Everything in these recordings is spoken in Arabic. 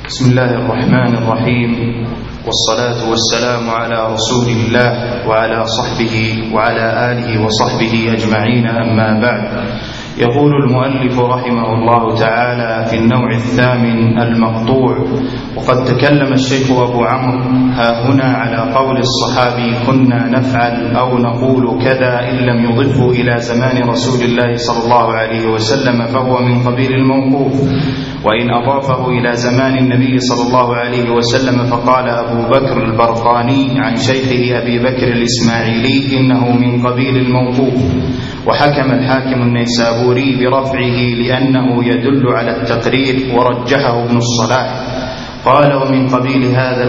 بسم الله الرحمن الرحيم، والصلاة والسلام على رسول الله وعلى صحبه وعلى آله وصحبه أجمعين، أما بعد. يقول المؤلف رحمه الله تعالى في النوع الثامن المقطوع: وقد تكلم الشيخ أبو عمرو هاهنا على قول الصحابي كنا نفعل أو نقول كذا إن لم يضفه إلى زمان رسول الله صلى الله عليه وسلم فهو من قبيل الموقوف، وإن أضافه إلى زمان النبي صلى الله عليه وسلم فقال أبو بكر البرقاني عن شيخه أبي بكر الإسماعيلي إنه من قبيل الموقوف. وحكم الحاكم النيسابوري برفعه لأنه يدل على التقرير، ورجحه ابن الصلاح. قال ومن قبيل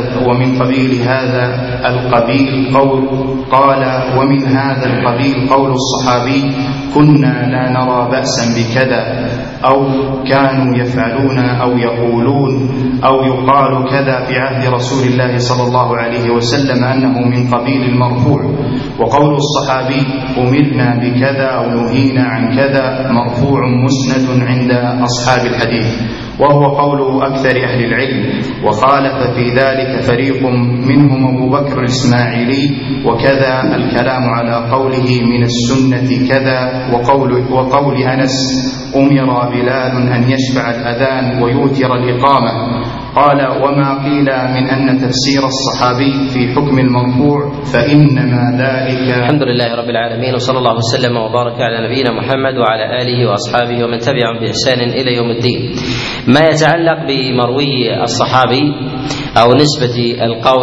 هذا القبيل قول الصحابي كنا لا نرى بأسا بكذا، أو كانوا يفعلون أو يقولون أو يقال كذا في عهد رسول الله صلى الله عليه وسلم أنه من قبيل المرفوع. وقول الصحابي أمرنا بكذا أو نهينا عن كذا مرفوع مسند عند أصحاب الحديث، وهو قول أكثر أهل العلم. وخالف في ذلك فريق منهم أبو بكر الإسماعيلي، وكذا الكلام على قوله من السنة كذا، وقول أنس أمر بلال أن يشفع الأذان ويوتر الإقامة. قال وما قيل من أن تفسير الصحابي في حكم المرفوع فإنما ذلك. الحمد لله رب العالمين، وصلى الله وسلم وبارك على نبينا محمد وعلى آله وأصحابه ومن تبعهم بإحسان إلى يوم الدين. ما يتعلق بمروي الصحابي أو نسبة القول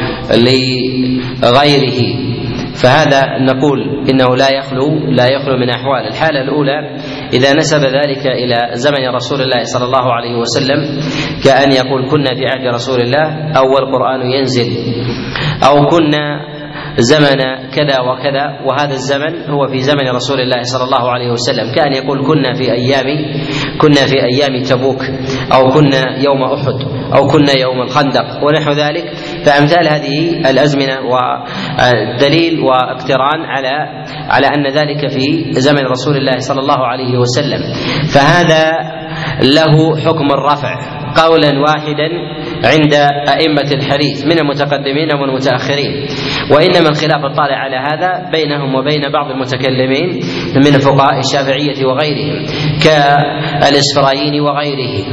لغيره فهذا نقول إنه لا يخلو من أحوال. الحالة الأولى إذا نسب ذلك إلى زمن رسول الله صلى الله عليه وسلم، كأن يقول كنا في عهد رسول الله أو القرآن ينزل، أو كنا زمن كذا وكذا، وهذا الزمن هو في زمن رسول الله صلى الله عليه وسلم، كأن يقول كنا في أيام تبوك، أو كنا يوم أحد، أو كنا يوم الخندق ونحو ذلك. فأمثال هذه الأزمنة ودليل واقتران على أن ذلك في زمن رسول الله صلى الله عليه وسلم، فهذا له حكم الرفع قولا واحدا عند أئمة الحديث من المتقدمين والمتأخرين. وإنما الخلاف الطالع على هذا بينهم وبين بعض المتكلمين من الفقهاء الشافعية وغيرهم كالإسفرايني وغيره.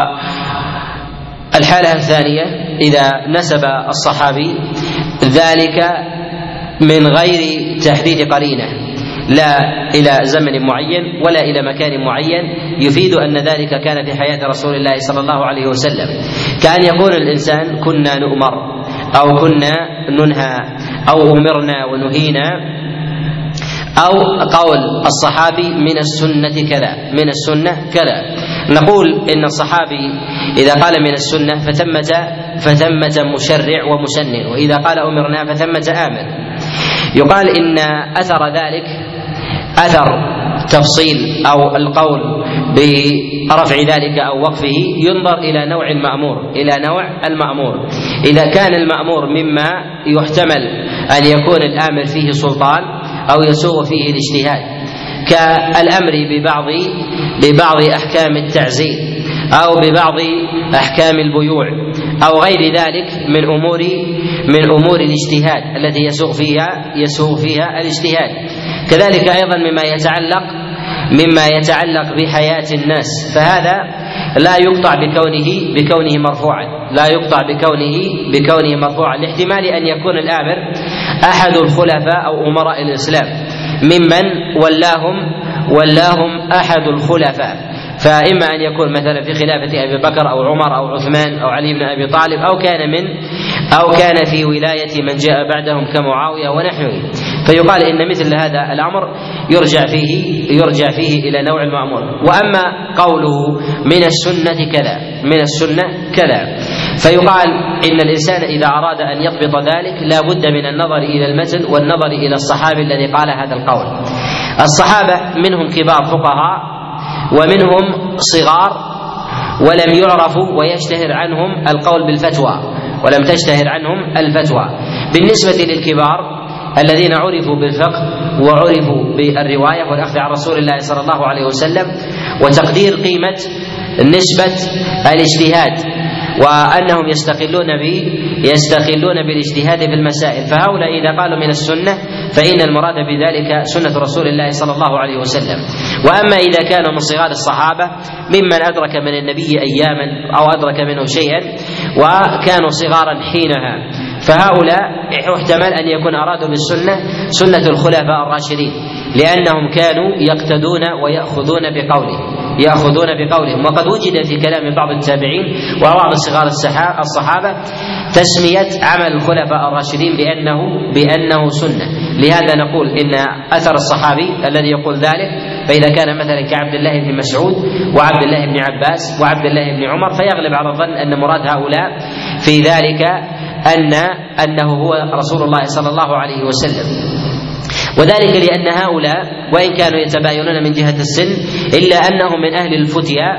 والحالة الثانية إذا نسب الصحابي ذلك من غير تحديد قرينة، لا إلى زمن معين ولا إلى مكان معين، يفيد أن ذلك كان في حياة رسول الله صلى الله عليه وسلم، كأن يقول الإنسان كنا نؤمر أو كنا ننهى أو أمرنا ونهينا، أو قول الصحابي من السنة كذا. نقول إن الصحابي إذا قال من السنة فثمة مشرع ومسنن، وإذا قال أمرنا فثمة آمر. يقال إن أثر ذلك أثر تفصيل أو القول برفع ذلك أو وقفه ينظر إلى نوع المأمور. إذا كان المأمور مما يحتمل أن يكون الآمر فيه سلطان أو يسوغ فيه الاجتهاد، كالأمر ببعض أحكام التعزير أو ببعض أحكام البيوع أو غير ذلك من أمور الاجتهاد التي يسوغ فيها الاجتهاد. كذلك أيضا مما يتعلق بحياة الناس، فهذا لا يقطع بكونه مرفوعا، لاحتمال أن يكون الآمر أحد الخلفاء أو أمراء الإسلام ممن ولاهم أحد الخلفاء، فإما أن يكون مثلا في خلافة أبي بكر أو عمر أو عثمان أو علي بن أبي طالب، أو كان في ولاية من جاء بعدهم كمعاوية ونحوه. فيقال إن مثل هذا الأمر يرجع فيه إلى نوع المأمور. وأما قوله من السنة كذا فيقال إن الإنسان إذا أراد أن يضبط ذلك لا بد من النظر إلى المتن والنظر إلى الصحابي الذي قال هذا القول. الصحابة منهم كبار فقهاء ومنهم صغار ولم يعرفوا ويشتهر عنهم القول بالفتوى، ولم تشتهر عنهم الفتوى. بالنسبة للكبار الذين عرفوا بالفقه وعرفوا بالرواية والأخذ عن رسول الله صلى الله عليه وسلم وتقدير قيمة نسبة الاجتهاد، وأنهم يستقلون بالاجتهاد في المسائل. فهؤلاء إذا قالوا من السنة فإن المراد بذلك سنة رسول الله صلى الله عليه وسلم. وأما إذا كانوا من صغار الصحابة ممن أدرك من النبي أياما أو أدرك منه شيئا وكانوا صغارا حينها، فهؤلاء يحتمل أن يكون أرادوا بالسنة سنة الخلفاء الراشدين، لأنهم كانوا يقتدون ويأخذون بقولهم. وقد وجد في كلام بعض التابعين وبعض صغار الصحابة تسمية عمل الخلفاء الراشدين بأنه سنة. لهذا نقول إن أثر الصحابي الذي يقول ذلك، فإذا كان مثلا كعبد الله بن مسعود وعبد الله بن عباس وعبد الله بن عمر، فيغلب على الظن أن مراد هؤلاء في ذلك أنه هو رسول الله صلى الله عليه وسلم. وذلك لأن هؤلاء وإن كانوا يتباينون من جهة السن إلا أنهم من أهل الفتيا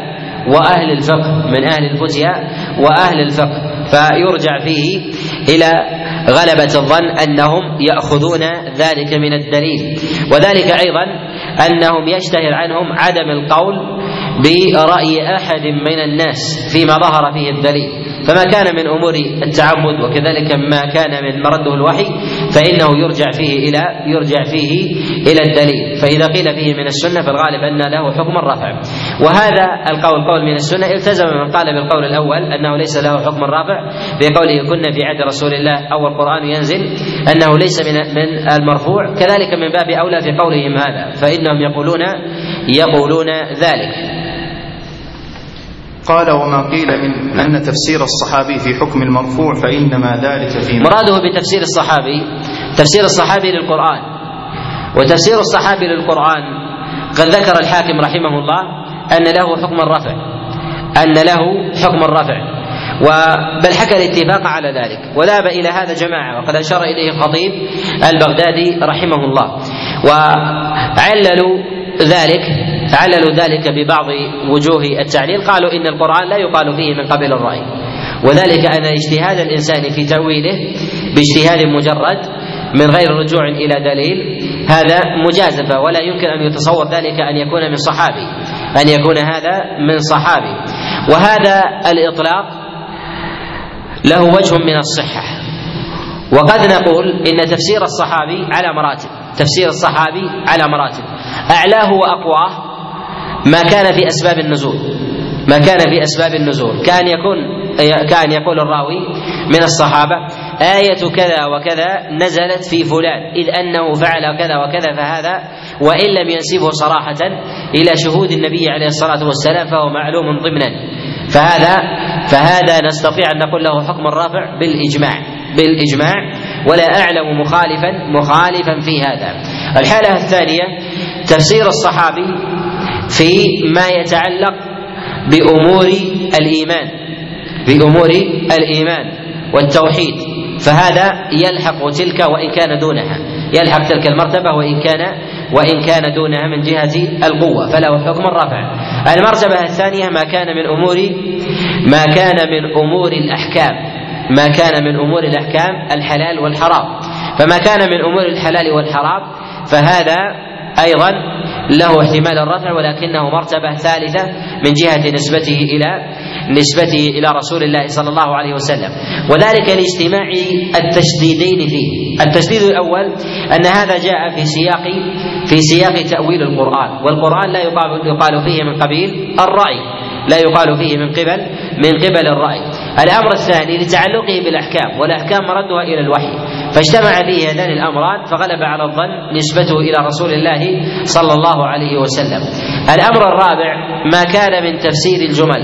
وأهل الفقه، فيرجع فيه إلى غلبة الظن أنهم يأخذون ذلك من الدليل. وذلك أيضا أنهم يشتهر عنهم عدم القول برأي أحد من الناس فيما ظهر فيه الدليل، فما كان من أمور التعبد وكذلك ما كان من مرده الوحي فإنه يرجع فيه إلى الدليل. فإذا قيل فيه من السنة فالغالب أن له حكم الرفع. وهذا القول من السنة التزم من قال بالقول الأول أنه ليس له حكم الرفع بقوله كنا في عهد رسول الله أو القرآن ينزل، أنه ليس من المرفوع، كذلك من باب أولى في قولهم هذا، فإنهم يقولون ذلك. قال وما قيل من أن تفسير الصحابي في حكم المرفوع فإنما ذلك في مراده بتفسير الصحابي تفسير الصحابي للقرآن. وتفسير الصحابي للقرآن قد ذكر الحاكم رحمه الله أن له حكم الرفع بل حكى الاتفاق على ذلك، وذهب إلى هذا جماعة، وقد أشار إليه الخطيب البغدادي رحمه الله. وعللوا ذلك ببعض وجوه التعليل، قالوا إن القرآن لا يقال فيه من قبل الرأي، وذلك أن اجتهاد الإنسان في تأويله باجتهاد مجرد من غير رجوع إلى دليل هذا مجازفة، ولا يمكن أن يتصور ذلك أن يكون هذا من صحابي. وهذا الإطلاق له وجه من الصحة. وقد نقول إن تفسير الصحابي على مراتب، أعلاه وأقواه ما كان في أسباب النزول، كان يقول الراوي من الصحابة آية كذا وكذا نزلت في فلان إذ أنه فعل كذا وكذا، فهذا وإن لم ينسبه صراحة إلى شهود النبي عليه الصلاة والسلام فهو معلوم ضمنا، فهذا نستطيع أن نقول له حكم الرافع بالإجماع ولا أعلم مخالفا في هذا. الحالة الثانية تفسير الصحابي في ما يتعلق بأمور الإيمان والتوحيد، فهذا يلحق تلك وإن كان دونها، يلحق تلك المرتبة وإن كان دونها من جهة القوة، فله حكم الرفع. المرتبة الثانية ما كان من أمور الأحكام الحلال والحرام، فما كان من أمور الحلال والحرام فهذا أيضا له احتمال الرفع، ولكنه مرتبة ثالثة من جهة نسبته إلى رسول الله صلى الله عليه وسلم، وذلك لاجتماع التشديدين فيه. التشديد الأول أن هذا جاء في سياق تأويل القرآن، والقرآن لا يقال فيه من قبيل الرأي، لا يقال فيه من قبل الرأي. الأمر الثاني لتعلقه بالأحكام، والأحكام مردها إلى الوحي، فاجتمع فيه هذان الأمران فغلب على الظن نسبته إلى رسول الله صلى الله عليه وسلم. الأمر الرابع ما كان من تفسير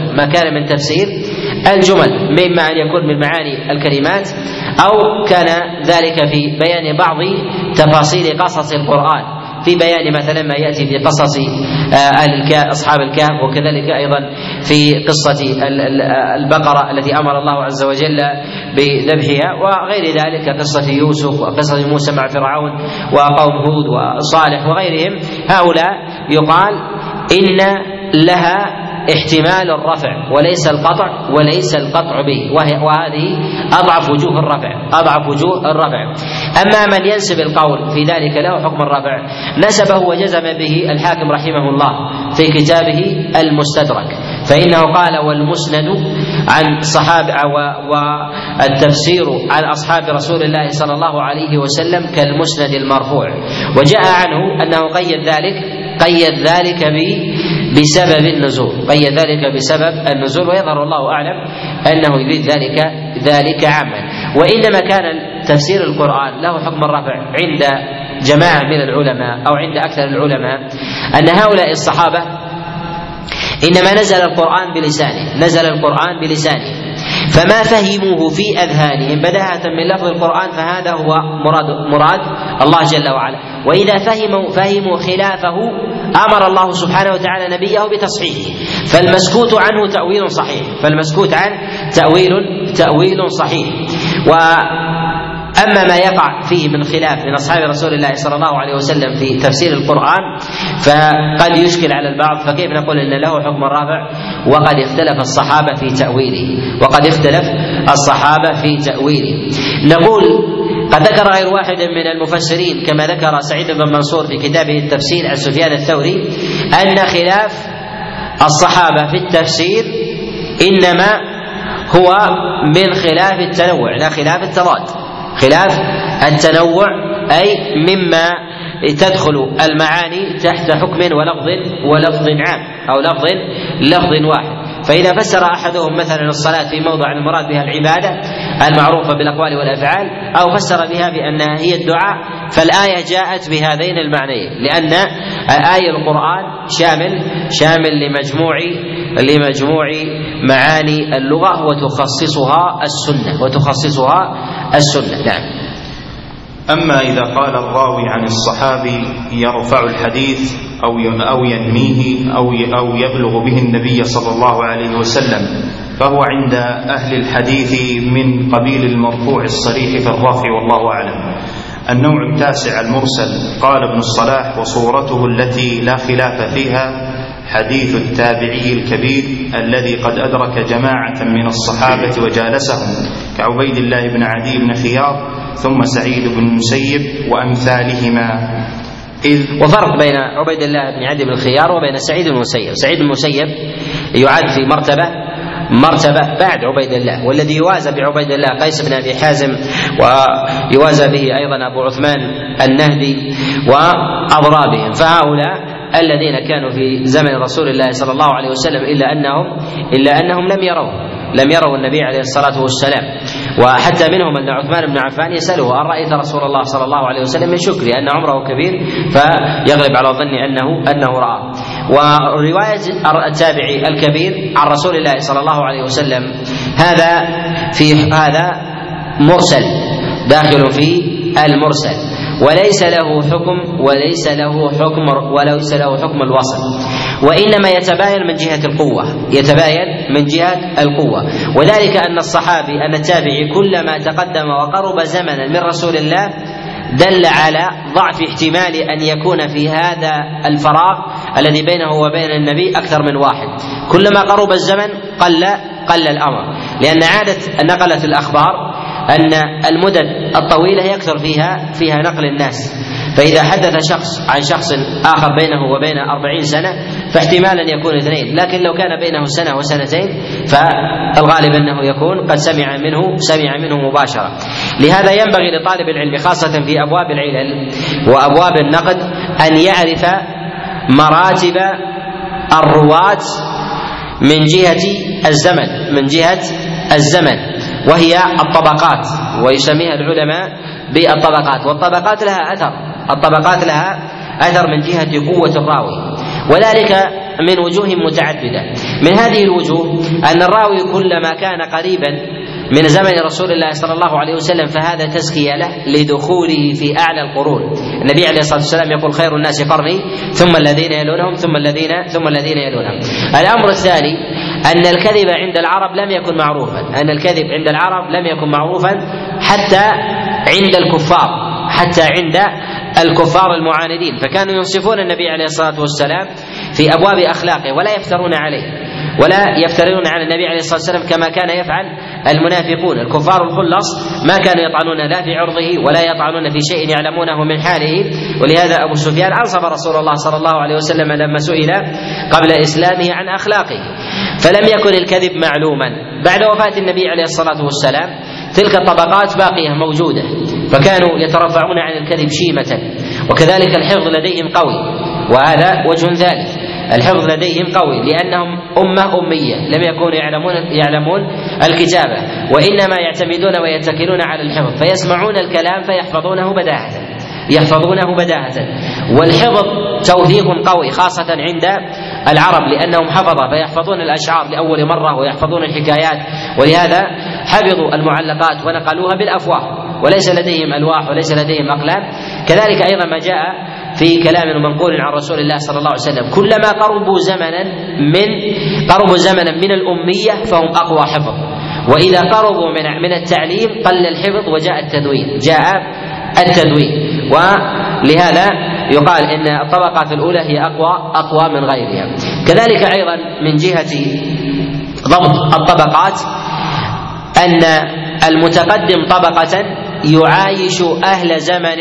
الجمل مما أن يكون من معاني الكلمات، أو كان ذلك في بيان بعض تفاصيل قصص القرآن، في بيان مثلا ما يأتي في قصص أصحاب الكهف، وكذلك أيضا في قصة البقرة التي أمر الله عز وجل بذبحها، وغير ذلك قصة يوسف وقصة موسى مع فرعون وقوم هود وصالح وغيرهم. هؤلاء يقال إن لها احتمال الرفع وليس القطع به، وهذه أضعف وجوه الرفع. أما من ينسب القول في ذلك له حكم الرفع نسبه وجزم به الحاكم رحمه الله في كتابه المستدرك، فإنه قال والمسند عن صحابة والتفسير عن أصحاب رسول الله صلى الله عليه وسلم كالمسند المرفوع. وجاء عنه أنه قيد ذلك بسبب النزول، النزول، ويظهر الله أعلم أنه يريد ذلك عاما. وإنما كان تفسير القرآن له حكم الرفع عند جماعة من العلماء أو عند أكثر العلماء أن هؤلاء الصحابة إنما نزل القرآن بلسانه فما فهموه في أذهانهم بداهة من لفظ القرآن فهذا هو مراد الله جل وعلا. وإذا فهموا خلافه أمر الله سبحانه وتعالى نبيه بتصحيحه، فالمسكوت عنه تأويل صحيح. أما ما يقع فيه من خلاف من أصحاب رسول الله صلى الله عليه وسلم في تفسير القرآن فقد يشكل على البعض، فكيف نقول إن له حكم الرافع وقد اختلف الصحابة في تأويله. نقول قد ذكر غير واحد من المفسرين كما ذكر سعيد بن منصور في كتابه التفسير عن سفيان الثوري أن خلاف الصحابة في التفسير إنما هو من خلاف التنوع لا خلاف التضاد. خلاف التنوع أي مما تدخل المعاني تحت حكم ولفظ عام أو لفظ واحد. فإذا فسر أحدهم مثلا الصلاة في موضع المراد بها العبادة المعروفة بالأقوال والأفعال أو فسر بها بأنها هي الدعاء فالآية جاءت بهذين المعنيين، لأن آية القرآن شامل لمجموع معاني اللغة وتخصصها السنة. نعم. أما إذا قال الراوي عن الصحابي يرفع الحديث أو ينميه أو يبلغ به النبي صلى الله عليه وسلم فهو عند أهل الحديث من قبيل المرفوع الصريح في الرفع والله أعلم. النوع التاسع المرسل. قال ابن الصلاح وصورته التي لا خلاف فيها حديث التابعي الكبير الذي قد أدرك جماعة من الصحابة وجالسهم كعبيد الله بن عدي بن خيار ثم سعيد بن المسيب وأمثالهما. وفرق بين عبيد الله بن عدي بن خيار وبين سعيد بن المسيب. سعيد بن المسيب يعد في مرتبة بعد عبيد الله، والذي يوازى بعبيد الله قيس بن أبي حازم ويوازى به أيضا أبو عثمان النهدي وأضرابهم. فهؤلاء الذين كانوا في زمن رسول الله صلى الله عليه وسلم إلا أنهم لم يروا النبي عليه الصلاة والسلام. وحتى منهم أن عثمان بن عفان يسأله أن رأيت رسول الله صلى الله عليه وسلم من شكر لأن عمره كبير فيغلب على الظن أنه رآه. ورواية التابعي الكبير عن رسول الله صلى الله عليه وسلم هذا مرسل داخل في المرسل وليس له حكم الوصل، وإنما يتباين من جهة القوة. وذلك أن التابعي كلما تقدم وقرب زمنا من رسول الله دل على ضعف احتمال أن يكون في هذا الفراغ الذي بينه وبين النبي أكثر من واحد. كلما قرب الزمن قل الأمر، لأن عادة نقلة الأخبار أن المدد الطويلة يكثر فيها نقل الناس، فإذا حدث شخص عن شخص آخر بينه وبين 40 سنة فاحتمال أن يكون 2، لكن لو كان بينه سنة وسنتين فالغالب أنه يكون قد سمع منه مباشرة. لهذا ينبغي لطالب العلم خاصة في أبواب العلل وأبواب النقد أن يعرف مراتب الرواة من جهة الزمن وهي الطبقات، ويسميها العلماء بالطبقات. والطبقات لها أثر من جهة قوة الراوي، وذلك من وجوه متعددة. من هذه الوجوه أن الراوي كلما كان قريبا من زمن رسول الله صلى الله عليه وسلم فهذا تزكية له لدخوله في أعلى القرون. النبي عليه الصلاة والسلام يقول خير الناس قرني ثم الذين يلونهم ثم الذين يلونهم. الأمر الثاني أن الكذب عند العرب لم يكن معروفا حتى عند الكفار المعاندين، فكانوا ينصفون النبي عليه الصلاة والسلام في أبواب أخلاقه ولا يفترون على النبي عليه الصلاة والسلام كما كان يفعل المنافقون. الكفار الخلص ما كانوا يطعنون لا في عرضه ولا يطعنون في شيء يعلمونه من حاله، ولهذا أبو سفيان أنصف رسول الله صلى الله عليه وسلم لما سئل قبل إسلامه عن أخلاقه. فلم يكن الكذب معلوما. بعد وفاة النبي عليه الصلاة والسلام تلك الطبقات باقية موجودة، فكانوا يترفعون عن الكذب شيمة. وكذلك الحفظ لديهم قوي، وهذا وجه ثالث، الحفظ لديهم قوي لأنهم أمة أمية لم يكونوا يعلمون الكتابة، وإنما يعتمدون ويتكلون على الحفظ، فيسمعون الكلام فيحفظونه بداهة. والحفظ توثيق قوي خاصة عند العرب لأنهم حفظة، فيحفظون الأشعار لأول مرة ويحفظون الحكايات، ولهذا حفظوا المعلقات ونقلوها بالأفواه، وليس لديهم ألواح وليس لديهم أقلام. كذلك أيضا ما جاء في كلام منقول عن رسول الله صلى الله عليه وسلم: كلما قربوا زمنا من الأمية فهم أقوى حفظ، وإذا قربوا من التعليم قل الحفظ وجاء التدوين. ولهذا يقال إن الطبقات الأولى هي أقوى من غيرها. كذلك أيضا من جهة ضبط الطبقات أن المتقدم طبقة يعايش أهل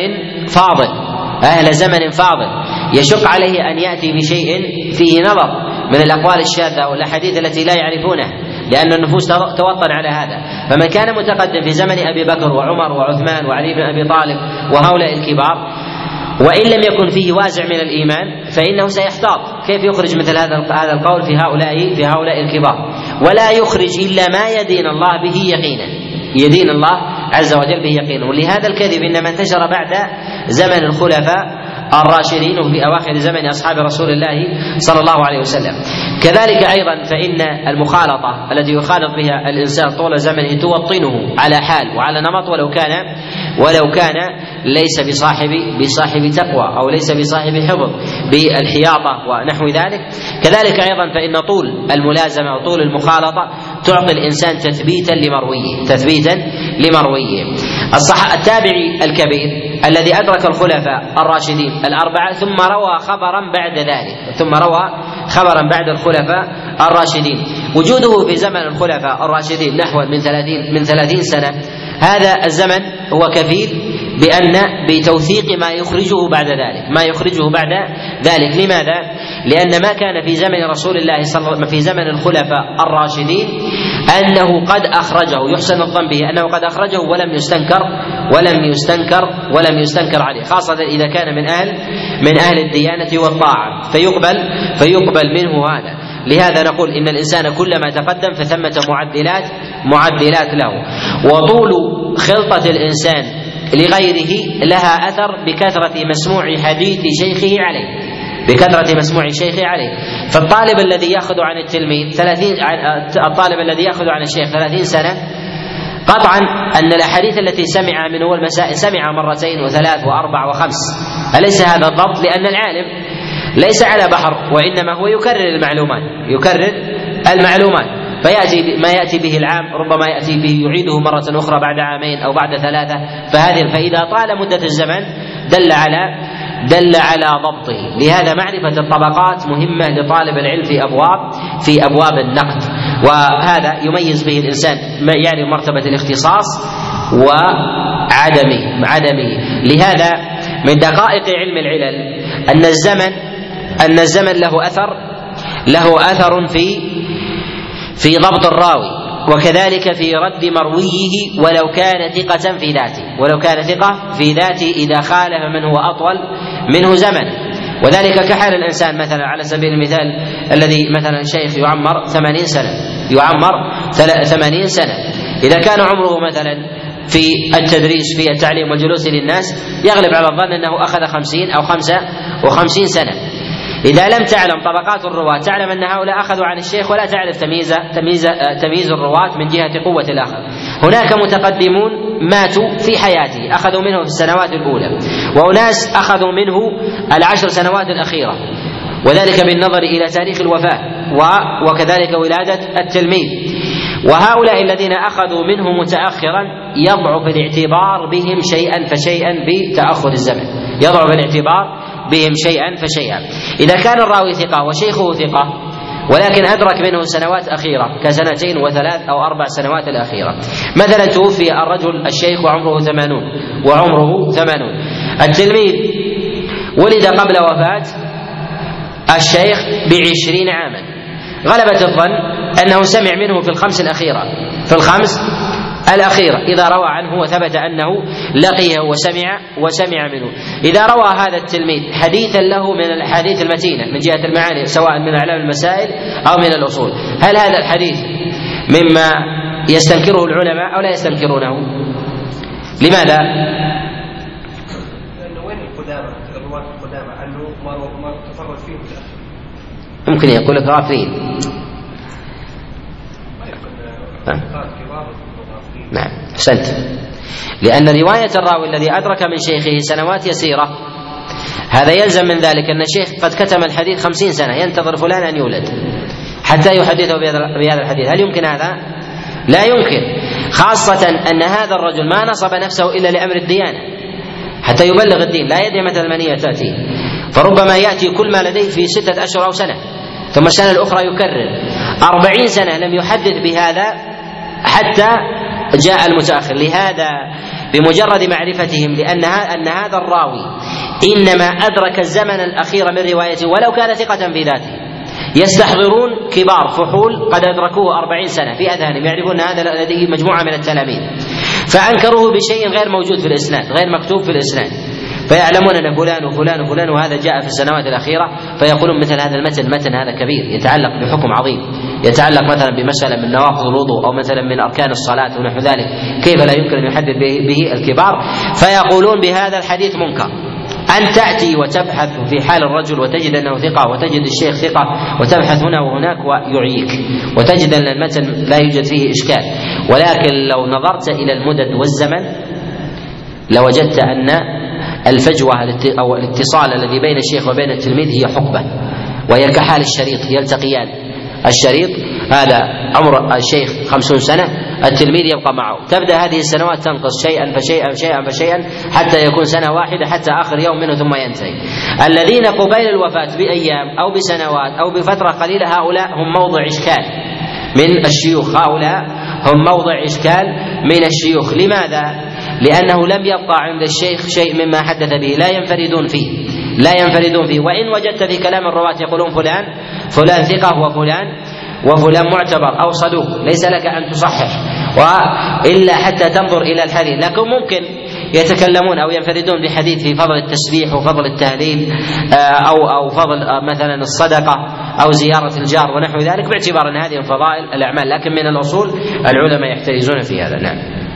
زمن فاضل يشق عليه أن يأتي بشيء فيه نظر من الأقوال الشاذة والأحاديث التي لا يعرفونها، لأن النفوس توطن على هذا. فمن كان متقدم في زمن أبي بكر وعمر وعثمان وعلي بن أبي طالب وهؤلاء الكبار، وإن لم يكن فيه وازع من الإيمان فإنه سيحتاط كيف يخرج مثل هذا القول في هؤلاء الكبار، ولا يخرج إلا ما يدين الله به يقينا، يدين الله عز وجل به يقينا. ولهذا الكذب إنما انتشر بعد زمن الخلفاء الراشدين وفي أواخر زمن أصحاب رسول الله صلى الله عليه وسلم. كذلك أيضا فإن المخالطة التي يخالط بها الإنسان طول زمنه توطنه على حال وعلى نمط، ولو كان ليس بصاحب تقوى أو ليس بصاحب حفظ بالحياطة ونحو ذلك. كذلك أيضا فإن طول الملازمة وطول المخالطة تعطي الإنسان تثبيتا لمرويه. التابعي الكبير الذي أدرك الخلفاء الراشدين الأربعة ثم روى خبرا بعد الخلفاء الراشدين، وجوده في زمن الخلفاء الراشدين نحو من 30 سنة، هذا الزمن هو كفيل بتوثيق ما يخرجه بعد ذلك. لماذا؟ لأن ما كان في زمن رسول الله في زمن الخلفاء الراشدين أنه قد أخرجه، يحسن الظن به أنه قد أخرجه ولم يستنكر عليه، خاصة إذا كان من أهل الديانة والطاعة فيقبل منه هذا. لهذا نقول إن الإنسان كلما تقدم فثمة معدلات له. وطول خلطة الإنسان لغيره لها أثر بكثرة مسموع حديث شيخه عليه. فالطالب الذي يأخذ عن التلميذ الطالب الذي يأخذ عن الشيخ 30 سنة قطعا أن الأحاديث التي سمع من أول مسائل سمع مرتين وثلاث وأربع وخمس. أليس هذا الضبط؟ لأن العالم ليس على بحر، وإنما هو يكرر المعلومات فيأتي ما يأتي به العام ربما يأتي به يعيده مرة أخرى بعد عامين أو بعد 3. فإذا طال مدة الزمن دل على ضبطه. لهذا معرفة الطبقات مهمة لطالب العلم في أبواب النقد، وهذا يميز به الإنسان ما يعرف مرتبة الاختصاص وعدمه. لهذا من دقائق علم العلل أن الزمن له أثر في ضبط الراوي، وكذلك في رد مرويه ولو كان ثقة في ذاته إذا خالف من هو أطول منه زمن. وذلك كحال الإنسان مثلا على سبيل المثال الذي مثلا شيخ يعمر 80 سنة، إذا كان عمره مثلا في التدريس في التعليم والجلوس للناس يغلب على الظن أنه أخذ 50 أو 55 سنة. إذا لم تعلم طبقات الرواة تعلم أن هؤلاء أخذوا عن الشيخ ولا تعرف تمييز الرواة من جهة قوة الأخذ. هناك متقدمون ماتوا في حياته أخذوا منه في السنوات الأولى، وأناس أخذوا منه 10 سنوات الأخيرة، وذلك بالنظر إلى تاريخ الوفاة وكذلك ولادة التلميذ. وهؤلاء الذين أخذوا منه متأخرا يضعف الاعتبار بهم شيئا فشيئا بتأخر الزمن، إذا كان الراوي ثقة وشيخه ثقة ولكن أدرك منه سنوات أخيرة كسنتين و3 أو 4 سنوات الأخيرة. مثلا توفي الرجل الشيخ وعمره 80، التلميذ ولد قبل وفاة الشيخ ب20 عاما، غلبة الظن أنه سمع منه في الخمس الأخيرة إذا روى عنه وثبت أنه لقيه وسمع منه. إذا روى هذا التلميذ حديثا له من الأحاديث المتينة من جهة المعاني سواء من أعلام المسائل أو من الأصول، هل هذا الحديث مما يستنكره العلماء أو لا يستنكرونه؟ لماذا؟ لأنه وين الرواة القدامى عنه ما تفرد فيه ممكن يقول لك غافلين. نعم أحسنت، لأن رواية الراوي الذي أدرك من شيخه سنوات يسيرة هذا يلزم من ذلك أن الشيخ قد كتم الحديث 50 سنة ينتظر فلان أن يولد حتى يحدثه بهذا الحديث. هل يمكن هذا؟ لا يمكن، خاصة أن هذا الرجل ما نصب نفسه إلا لأمر الديانة حتى يبلغ الدين، لا يدري متى المنية تأتي، فربما يأتي كل ما لديه في 6 أشهر أو سنة ثم السنة الأخرى يكرر 40 سنة لم يحدث بهذا حتى جاء المتأخر. لهذا بمجرد معرفتهم أن هذا الراوي إنما أدرك الزمن الأخير من روايته ولو كان ثقة في ذاته، يستحضرون كبار فحول قد أدركوه 40 سنة في أذهانهم، يعرفون هذا لديه مجموعة من التلاميذ فأنكروه بشيء غير موجود في الإسناد، غير مكتوب في الإسناد، فيعلمون أن فلان وفلان وفلان وهذا جاء في السنوات الأخيرة، فيقولون مثل هذا المتن هذا كبير يتعلق بحكم عظيم، يتعلق مثلا بمسألة من نواقض الوضوء أو مثلا من أركان الصلاة ونحو ذلك، كيف لا يمكن أن يحدث به الكبار؟ فيقولون بهذا الحديث منكر. أن تأتي وتبحث في حال الرجل وتجد أنه ثقة وتجد الشيخ ثقة وتبحث هنا وهناك ويعيك وتجد أن المتن لا يوجد فيه إشكال، ولكن لو نظرت إلى المدد والزمن لوجدت أن الفجوة أو الاتصال الذي بين الشيخ وبين التلميذ هي حقبة، وهي كحال الشريط يلتقيان. الشريط هذا عمر الشيخ 50 سنة، التلميذ يبقى معه، تبدأ هذه السنوات تنقص شيئا فشيئا شيئا فشيئا حتى يكون سنة واحدة حتى آخر يوم منه ثم ينتهي. الذين قبيل الوفاة بأيام أو بسنوات أو بفترة قليلة هؤلاء هم موضع إشكال من الشيوخ، هؤلاء هم موضع إشكال من الشيوخ. لماذا؟ لأنه لم يبقى عند الشيخ شيء مما حدث به، لا ينفردون فيه. وإن وجدت في كلام الرواة يقولون فلان ثقة وفلان معتبر أو صدوق، ليس لك أن تصحح وإلا حتى تنظر إلى الحديث، لكن ممكن يتكلمون أو ينفردون بحديث في فضل التسبيح وفضل التهليل أو فضل مثلا الصدقة أو زيارة الجار ونحو ذلك، باعتبار أن هذه الفضائل الأعمال، لكن من الأصول العلماء يحترزون في هذا. نعم.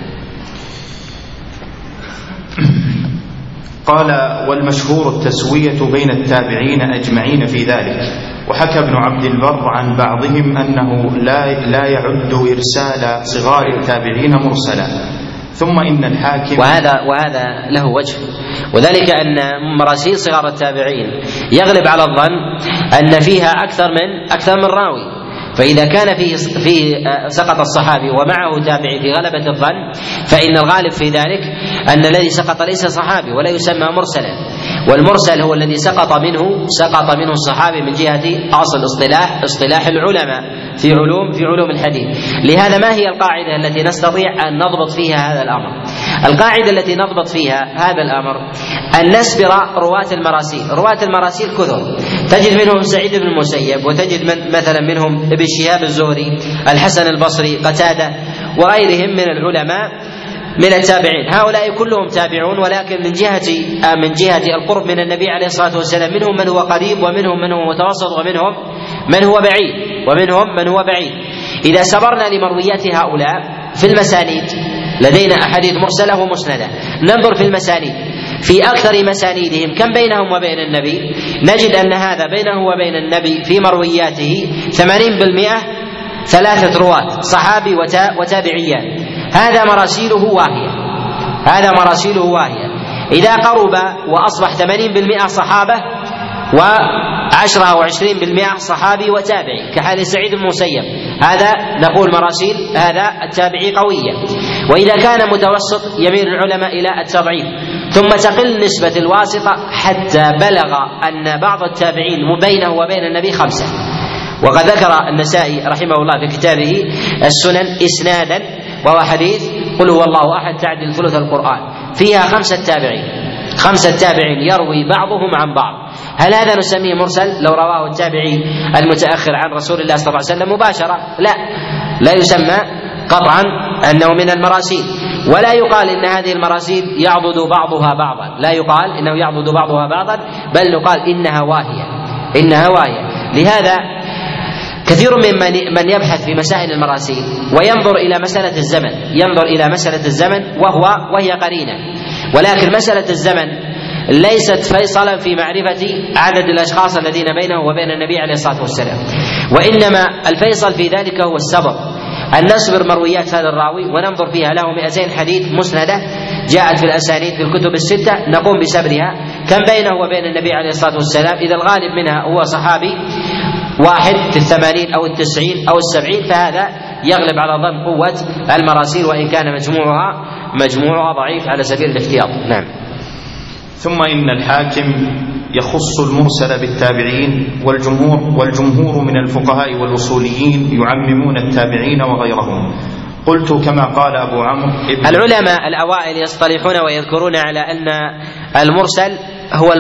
قال: والمشهور التسوية بين التابعين أجمعين في ذلك. وحكى ابن عبد البر عن بعضهم أنه لا يعد إرسال صغار التابعين مرسلا. ثم إن الحاكم، وهذا له وجه، وذلك أن مراسيل صغار التابعين يغلب على الظن أن فيها أكثر من راوي، فإذا كان فيه سقط الصحابي ومعه تابعي في غلبة الظن فإن الغالب في ذلك أن الذي سقط ليس صحابي ولا يسمى مرسلا، والمرسل هو الذي سقط منه الصحابي من جهة أصل اصطلاح العلماء في علوم الحديث. لهذا ما هي القاعدة التي نستطيع أن نضبط فيها هذا الأمر؟ القاعدة التي نضبط فيها هذا الأمر أن نسبر رواة المراسيل كثر، تجد منهم سعيد بن المسيب، وتجد مثلا منهم ابن شهاب الزهري، الحسن البصري، قتادة، وغيرهم من العلماء من التابعين. هؤلاء كلهم تابعون، ولكن من جهة القرب من النبي عليه الصلاة والسلام منهم من هو قريب ومنهم من هو متوسط ومنهم من هو بعيد. إذا سبرنا لمرويات هؤلاء في المسانيد لدينا أحاديث مرسلة ومسندة، ننظر في المسانيد في أكثر مسانيدهم كم بينهم وبين النبي، نجد أن هذا بينه وبين النبي في مروياته 80% 3 رواة صحابي وتابعيان، هذا مراسيله واهية. إذا قرب وأصبح 80% صحابة و10 أو 20% صحابي وتابعي كحال سعيد بن المسيب، هذا نقول مراسيل هذا التابعي قوية. وإذا كان متوسط يميل العلماء إلى التضعيف، ثم تقل نسبة الواسطة حتى بلغ أن بعض التابعين بينه وبين النبي 5. وقد ذكر النسائي رحمه الله في كتابه السنن إسنادا، وهو حديث قل هو الله أحد تعدل ثلث القرآن، فيها 5 تابعين، 5 تابعين يروي بعضهم عن بعض، هل هذا نسميه مرسل لو رواه التابعي المتأخر عن رسول الله صلى الله عليه وسلم مباشرة؟ لا يسمى قطعا أنه من المراسيل، ولا يقال إن هذه المراسيل يعضد بعضها بعضا، لا يقال إنه يعضد بعضها بعضا، بل يقال إنها واهية. لهذا كثير من يبحث في مسائل المراسيل وينظر إلى مسألة الزمن وهي قرينة، ولكن مسألة الزمن ليست فيصلا في معرفة عدد الأشخاص الذين بينه وبين النبي عليه الصلاة والسلام، وإنما الفيصل في ذلك هو الصبر، أن نصبر مرويات هذا الراوي وننظر فيها، له 200 حديث مسندة جاءت في الأسانيد في الكتب الستة، نقوم بسبرها كم بينه وبين النبي عليه الصلاة والسلام، إذا الغالب منها هو صحابي واحد في 80 أو 90 أو 70، فهذا يغلب على ظن قوة المراسيل وإن كان مجموعها ضعيف على سبيل الاحتياط. نعم. ثم إن الحاكم يخص المرسل بالتابعين، والجمهور من الفقهاء والأصوليين يعممون التابعين وغيرهم. قلت كما قال أبو عمرو العلماء الأوائل يصطلحون ويذكرون على أن المرسل هو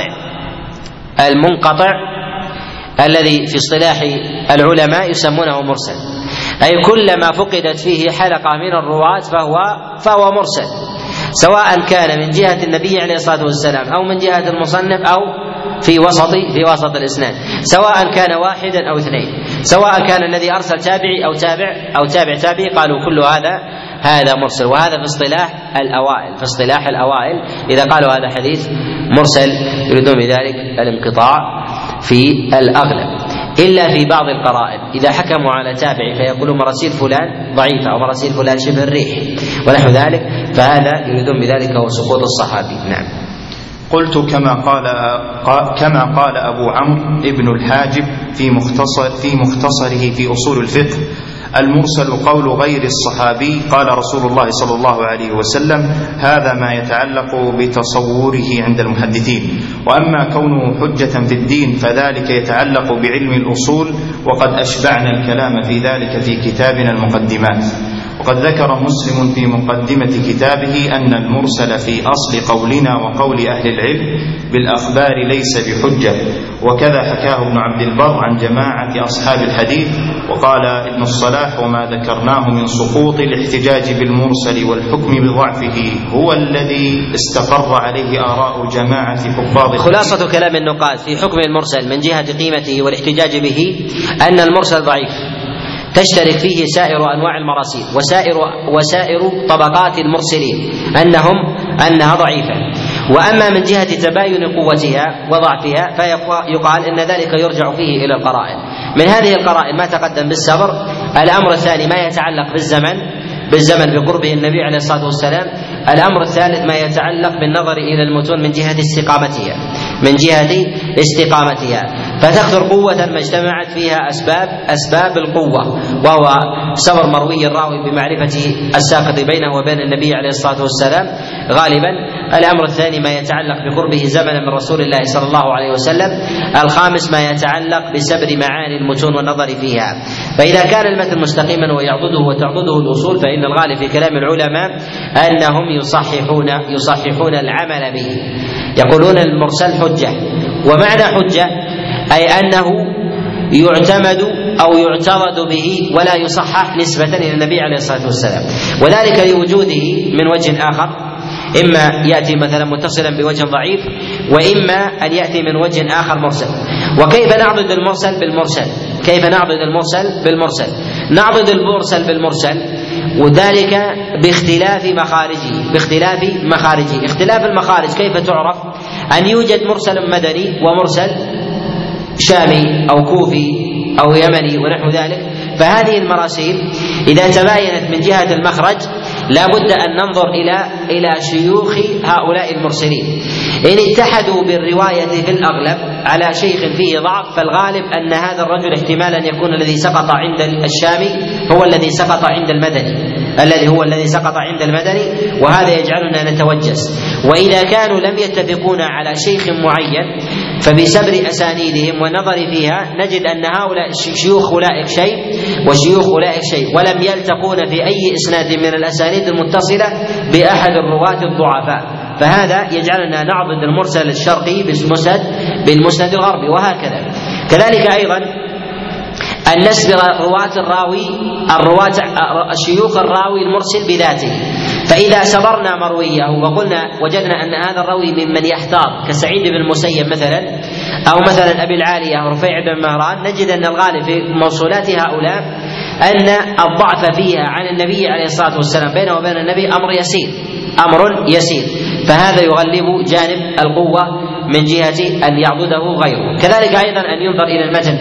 المنقطع الذي في اصطلاح العلماء يسمونه مرسل، أي كلما فقدت فيه حلقة من الرواة فهو مرسل، سواء كان من جهة النبي عليه الصلاة والسلام أو من جهة المصنف أو في وسط الإسناد، سواء كان واحدا أو 2، سواء كان الذي أرسل تابعي أو تابعي، قالوا كل هذا مرسل. وهذا في اصطلاح الأوائل إذا قالوا هذا حديث مرسل يريدون بذلك الانقطاع في الأغلب، إلا في بعض القرائن إذا حكموا على تابعي فيقولون مراسيل فلان ضعيفة أو مراسيل فلان شبه الريح ونحو ذلك، فهذا يريدون بذلك هو سقوط الصحابي. نعم. قلت كما قال أبو عمرو ابن الحاجب في مختصره في أصول الفقه: المرسل قول غير الصحابي قال رسول الله صلى الله عليه وسلم، هذا ما يتعلق بتصوره عند المحدثين، وأما كونه حجة في الدين فذلك يتعلق بعلم الأصول، وقد أشبعنا الكلام في ذلك في كتابنا المقدمات. وقد ذكر مسلم في مقدمة كتابه أن المرسل في أصل قولنا وقول أهل العلم بالأخبار ليس بحجة، وكذا حكاه ابن عبد البر عن جماعة أصحاب الحديث. وقال ابن الصلاح: وما ذكرناه من سقوط الاحتجاج بالمرسل والحكم بضعفه هو الذي استقر عليه آراء جماعة حفاظ. خلاصة كلام النقاد في حكم المرسل من جهة قيمته والاحتجاج به أن المرسل ضعيف تشترك فيه سائر أنواع المراسيل وسائر طبقات المرسلين أنها ضعيفة. وأما من جهة تباين قوتها وضعفها فيقال إن ذلك يرجع فيه إلى القرائن. من هذه القرائن ما تقدم بالصبر. الأمر الثاني ما يتعلق بالزمن بقربه النبي عليه الصلاة والسلام. الأمر الثالث ما يتعلق بالنظر إلى المتون من جهة استقامتها فتكثر قوة ما اجتمعت فيها أسباب القوة، وهو صبر مروي الراوي بمعرفة الساقط بينه وبين النبي عليه الصلاة والسلام غالبا. الأمر الثاني ما يتعلق بقربه زمنا من رسول الله صلى الله عليه وسلم. الخامس ما يتعلق بسبر معاني المتون والنظر فيها. فإذا كان المتن مستقيما ويعضده وتعضده الأصول فإن الغالب في كلام العلماء أنهم يصححون العمل به، يقولون المرسل حجة. ومعنى حجة أي أنه يعتمد أو يعترض به ولا يصحح نسبة إلى النبي عليه الصلاة والسلام، وذلك لوجوده من وجه آخر، إما يأتي مثلا متصلا بوجه ضعيف، وإما أن يأتي من وجه آخر مرسل. وكيف نعضد المرسل بالمرسل؟ نعضد المرسل بالمرسل، وذلك باختلاف مخارجه. اختلاف المخارج كيف تعرف؟ أن يوجد مرسل مدني ومرسل شامي أو كوفي أو يمني ونحو ذلك. فهذه المراسيل إذا تباينت من جهة المخرج لا بد أن ننظر إلى شيوخ هؤلاء المرسلين. إن اتحدوا بالرواية في الأغلب على شيخ فيه ضعف فالغالب أن هذا الرجل احتمالا يكون الذي سقط عند الشامي هو الذي سقط عند المدني، وهذا يجعلنا نتوجس. وإذا كانوا لم يتفقون على شيخ معين فبسبر أسانيدهم والنظر فيها نجد أن هؤلاء شيوخ أولئك شيء وشيوخ أولئك شيء، ولم يلتقون في أي إسناد من الأسانيد المتصلة بأحد الرواة الضعفاء، فهذا يجعلنا نعضد المرسل الشرقي بالمسند الغربي، وهكذا. كذلك أيضا أن نسبر شيوخ الراوي المرسل بذاته، فإذا سبرنا مرويه وقلنا وجدنا أن هذا الراوي ممن يحتاط كسعيد بن المسيب مثلا، أو مثلا أبي العالية أو رفيع بن مهران، نجد أن الغالب في موصولات هؤلاء أن الضعف فيها عن النبي عليه الصلاة والسلام بينه وبين النبي أمر يسير، فهذا يغلب جانب القوة من جهة أن يعضده غيره. كذلك أيضا أن ينظر إلى المتن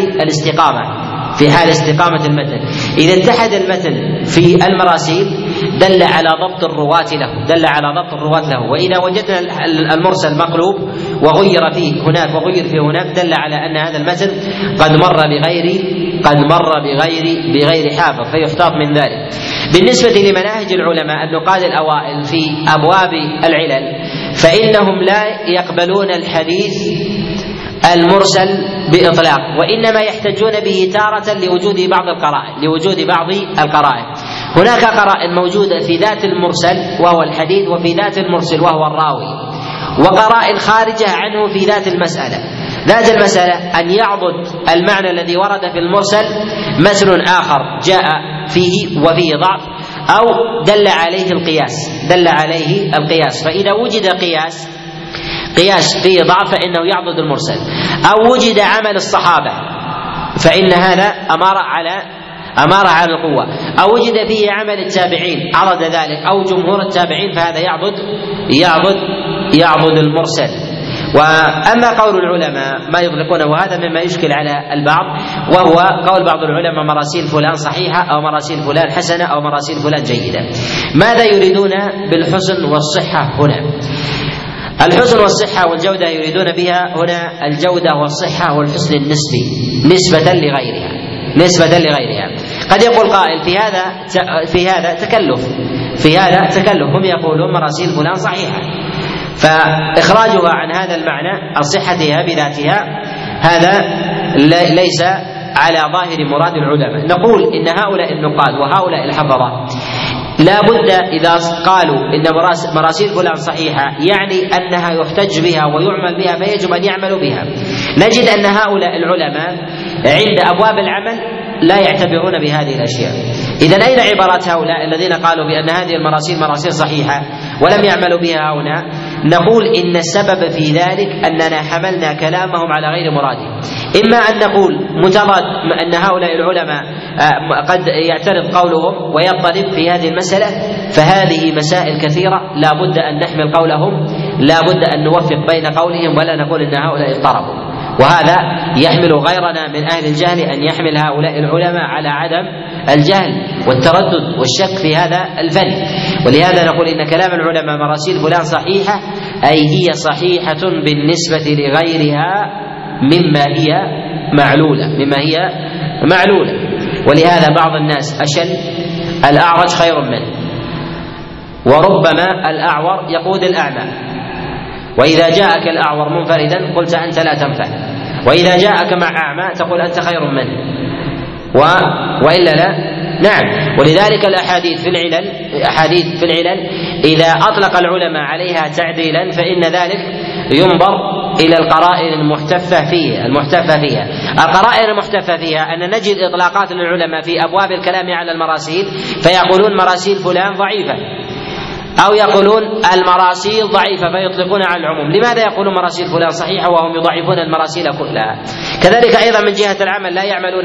في حال استقامة المتن. إذا اتحد المتن في المراسيل دل على ضبط الرواة له، وإذا وجدنا المرسل مقلوب وغير فيه هناك وغير فيه هناك دل على أن هذا المتن قد مر بغير حافظ، فيحتاط من ذلك. بالنسبة لمناهج العلماء النقاد الأوائل في أبواب العلل، فإنهم لا يقبلون الحديث المرسل بإطلاق، وإنما يحتجون به تارة لوجود بعض القرائن. هناك قرائن موجودة في ذات المرسل وهو الحديث، وفي ذات المرسل وهو الراوي، وقرائن خارجة عنه في ذات المسألة أن يعضد المعنى الذي ورد في المرسل متن آخر جاء فيه وفيه ضعف، أو دل عليه القياس، فإذا وجد قياس فيه ضعف فإنه يعضد المرسل، أو وجد عمل الصحابة فإن هذا أمارة على القوة، أو وجد فيه عمل التابعين عرض ذلك أو جمهور التابعين، فهذا يعضد المرسل. وأما قول العلماء ما يطلقونه، وهذا مما يشكل على البعض، وهو قول بعض العلماء مراسيل فلان صحيحة أو مراسيل فلان حسنة أو مراسيل فلان جيدة. ماذا يريدون بالحسن والصحة هنا؟ الحسن والصحة والجودة يريدون بها هنا الجودة والصحة والحسن النسبي نسبة لغيرها. قد يقول قائل في هذا تكلف، هم يقولون مراسيل فلان صحيحة، فإخراجها عن هذا المعنى الصحتها بذاتها هذا ليس على ظاهر مراد العلماء. نقول إن هؤلاء النقاد وهؤلاء الحفظة لا بد إذا قالوا إن مراسيل فلان صحيحة يعني أنها يحتج بها ويعمل بها، فيجب أن يعملوا بها. نجد أن هؤلاء العلماء عند أبواب العمل لا يعتبرون بهذه الأشياء. إذن أين عبارات هؤلاء الذين قالوا بأن هذه المراسيل مراسيل صحيحة ولم يعملوا بها هنا؟ نقول إن السبب في ذلك أننا حملنا كلامهم على غير مراده. إما أن نقول مجرد أن هؤلاء العلماء قد يعترض قولهم ويضطرب في هذه المسألة، فهذه مسائل كثيرة لا بد أن نحمل قولهم، لا بد أن نوفق بين قولهم، ولا نقول إن هؤلاء اضطربوا. وهذا يحمل غيرنا من أهل الجهل أن يحمل هؤلاء العلماء على عدم الجهل والتردد والشك في هذا الفن. ولهذا نقول إن كلام العلماء مراسيل فلان صحيحة أي هي صحيحة بالنسبة لغيرها مما هي معلولة. ولهذا بعض الناس أشل الأعرج خير منه، وربما الأعور يقود الأعمى، وإذا جاءك الأعور منفردا قلت أنت لا تنفع، وإذا جاءك مع أعمى تقول أنت خير منه، وإلا لا. نعم. ولذلك الأحاديث في العلل إذا أطلق العلماء عليها تعديلا فإن ذلك ينظر إلى القرائن المحتفة فيها. القرائن المحتفة فيها أن نجد إطلاقات للعلماء في أبواب الكلام على المراسيل، فيقولون مراسيل فلان ضعيفة، أو يقولون المراسيل ضعيفة فيطلقون على العموم. لماذا يقولون مراسيل فلان صحيحة وهم يضعفون المراسيل كلها؟ كذلك أيضا من جهة العمل لا يعملون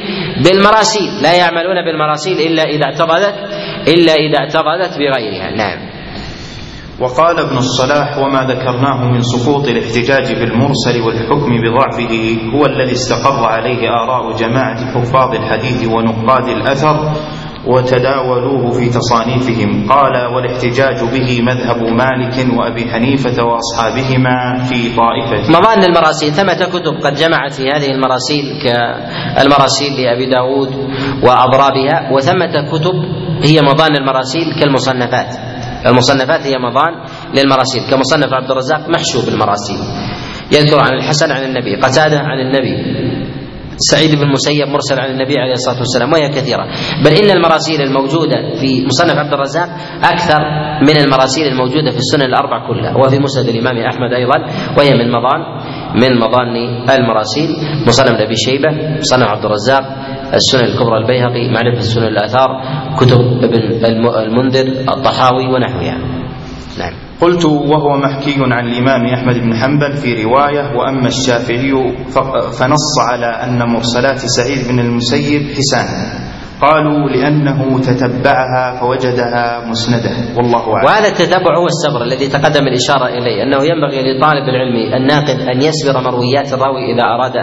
بالمراسيل إلا إذا اعتضدت بغيرها. نعم. وقال ابن الصلاح: وما ذكرناه من سقوط الاحتجاج بالمرسل والحكم بضعفه هو الذي استقر عليه آراء جماعة حفاظ الحديث ونقاد الأثر وتداولوه في تصانيفهم. قال: والاحتجاج به مذهب مالك وأبي حنيفة وأصحابهما في طائفة. مظان المراسيل ثمة كتب قد جمعت في هذه المراسيل كالمراسيل لأبي داود وأضرابها، وثمة كتب هي مظان المراسيل كالمصنفات. المصنفات هي مظان للمراسيل، كمصنف عبد الرزاق محشو بالمراسيل، يذكر عن الحسن عن النبي، قتادة عن النبي، سعيد بن المسيب مرسل عن النبي عليه الصلاة والسلام، وهي كثيرة. بل إن المراسيل الموجودة في مصنف عبد الرزاق أكثر من المراسيل الموجودة في السنن الأربع كلها، وفي مسند الإمام أحمد أيضا، وهي من مظان المراسيل. مصنف أبي شيبة، مصنف عبد الرزاق، السنن الكبرى البيهقي، معرفة السنن الآثار، كتب ابن المنذر، الطحاوي ونحوها. نعم. قلت: وهو محكي عن الإمام أحمد بن حنبل في رواية، وأما الشافعي فنص على أن مرسلات سعيد بن المسيب حسان، قالوا لأنه تتبعها فوجدها مسندة، والله أعلم. وهذا التتبع هو الصبر الذي تقدم الإشارة إليه، أنه ينبغي لطالب العلم الناقد أن يسبر مرويات الراوي إذا أراد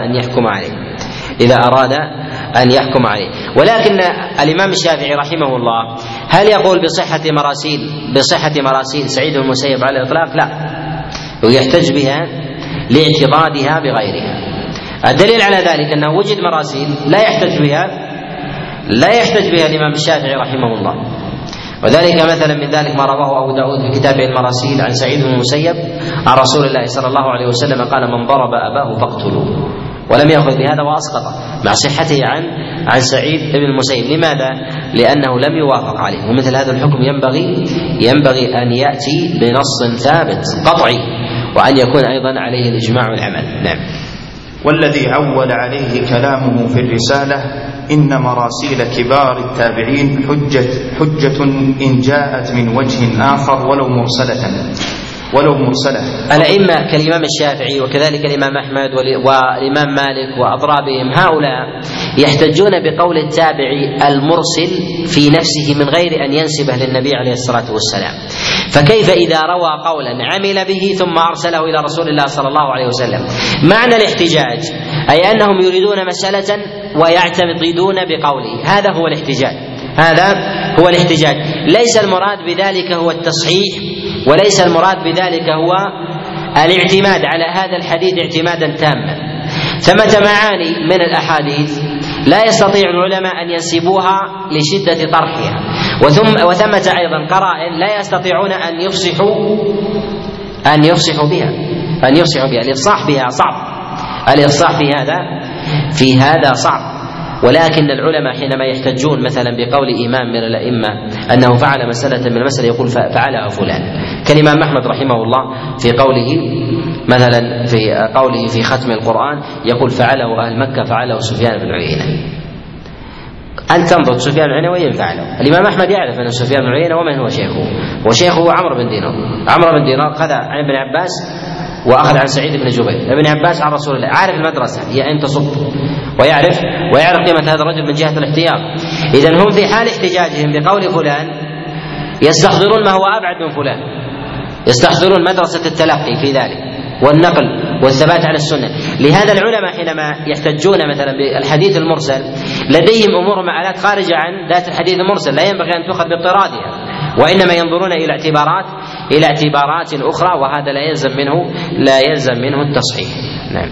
أن يحكم عليه. ولكن الإمام الشافعي رحمه الله هل يقول بصحة مراسيل سعيد بن المسيب على الإطلاق؟ لا، ويحتج بها لاعتضادها بغيرها. الدليل على ذلك أنه وجد مراسيل لا يحتج بها الإمام الشافعي رحمه الله، وذلك مثلا من ذلك ما رواه أبو داود في كتابه المراسيل عن سعيد بن المسيب عن رسول الله صلى الله عليه وسلم قال: من ضرب أباه فاقتلوه، ولم يأخذ بهذا وأسقط مع صحته عن سعيد بن المسيب. لماذا؟ لأنه لم يوافق عليه، ومثل هذا الحكم ينبغي أن يأتي بنص ثابت قطعي، وأن يكون أيضا عليه الإجماع والعمل. نعم. والذي عول عليه كلامه في الرسالة: إن مراسيل كبار التابعين حجة إن جاءت من وجه آخر ولو مرسلة. الأئمة كالإمام الشافعي وكذلك الإمام أحمد والإمام مالك وأضرابهم، هؤلاء يحتجون بقول التابعي المرسل في نفسه من غير أن ينسبه للنبي عليه الصلاة والسلام. فكيف إذا روى قولا عمل به ثم أرسله إلى رسول الله صلى الله عليه وسلم؟ معنى الاحتجاج أي أنهم يريدون مسألة ويعتقدون بقوله، هذا هو الاحتجاج. ليس المراد بذلك هو التصحيح، وليس المراد بذلك هو الاعتماد على هذا الحديث اعتمادا تاما. ثمة معاني من الأحاديث لا يستطيع العلماء أن ينسبوها لشدة طرحها، وثمة أيضا قرائن لا يستطيعون أن يفصحوا بها. الإفصاح بها صعب، الإفصاح في هذا صعب. ولكن العلماء حينما يحتجون مثلا بقول إمام من الأئمة أنه فعل مسألة من المسألة يقول فعلها فلان، كالإمام أحمد رحمه الله في قوله في ختم القرآن يقول فعله أهل مكة، فعله سفيان بن عيينة. أن تنظر سفيان بن عيينة وين فعله. الإمام أحمد يعرف أن سفيان بن عيينة ومن هو شيخه، وشيخه عمرو بن دينار أخذ عن ابن عباس وأخذ عن سعيد بن جبير. ابن عباس عن رسول الله، عارف المدرسة هي أين تصب، ويعرف قيمة هذا الرجل من جهة الاحتياط. إذن هم في حال احتجاجهم بقول فلان يستحضرون ما هو أبعد من فلان، يستحضرون مدرسة التلقي في ذلك والنقل والثبات على السنة. لهذا العلماء حينما يحتجون مثلا بالحديث المرسل لديهم أمور ومآلات خارجة عن ذات الحديث المرسل، لا ينبغي أن تؤخذ باضطرادها، وإنما ينظرون إلى اعتبارات أخرى، وهذا لا يلزم منه التصحيح. نعم.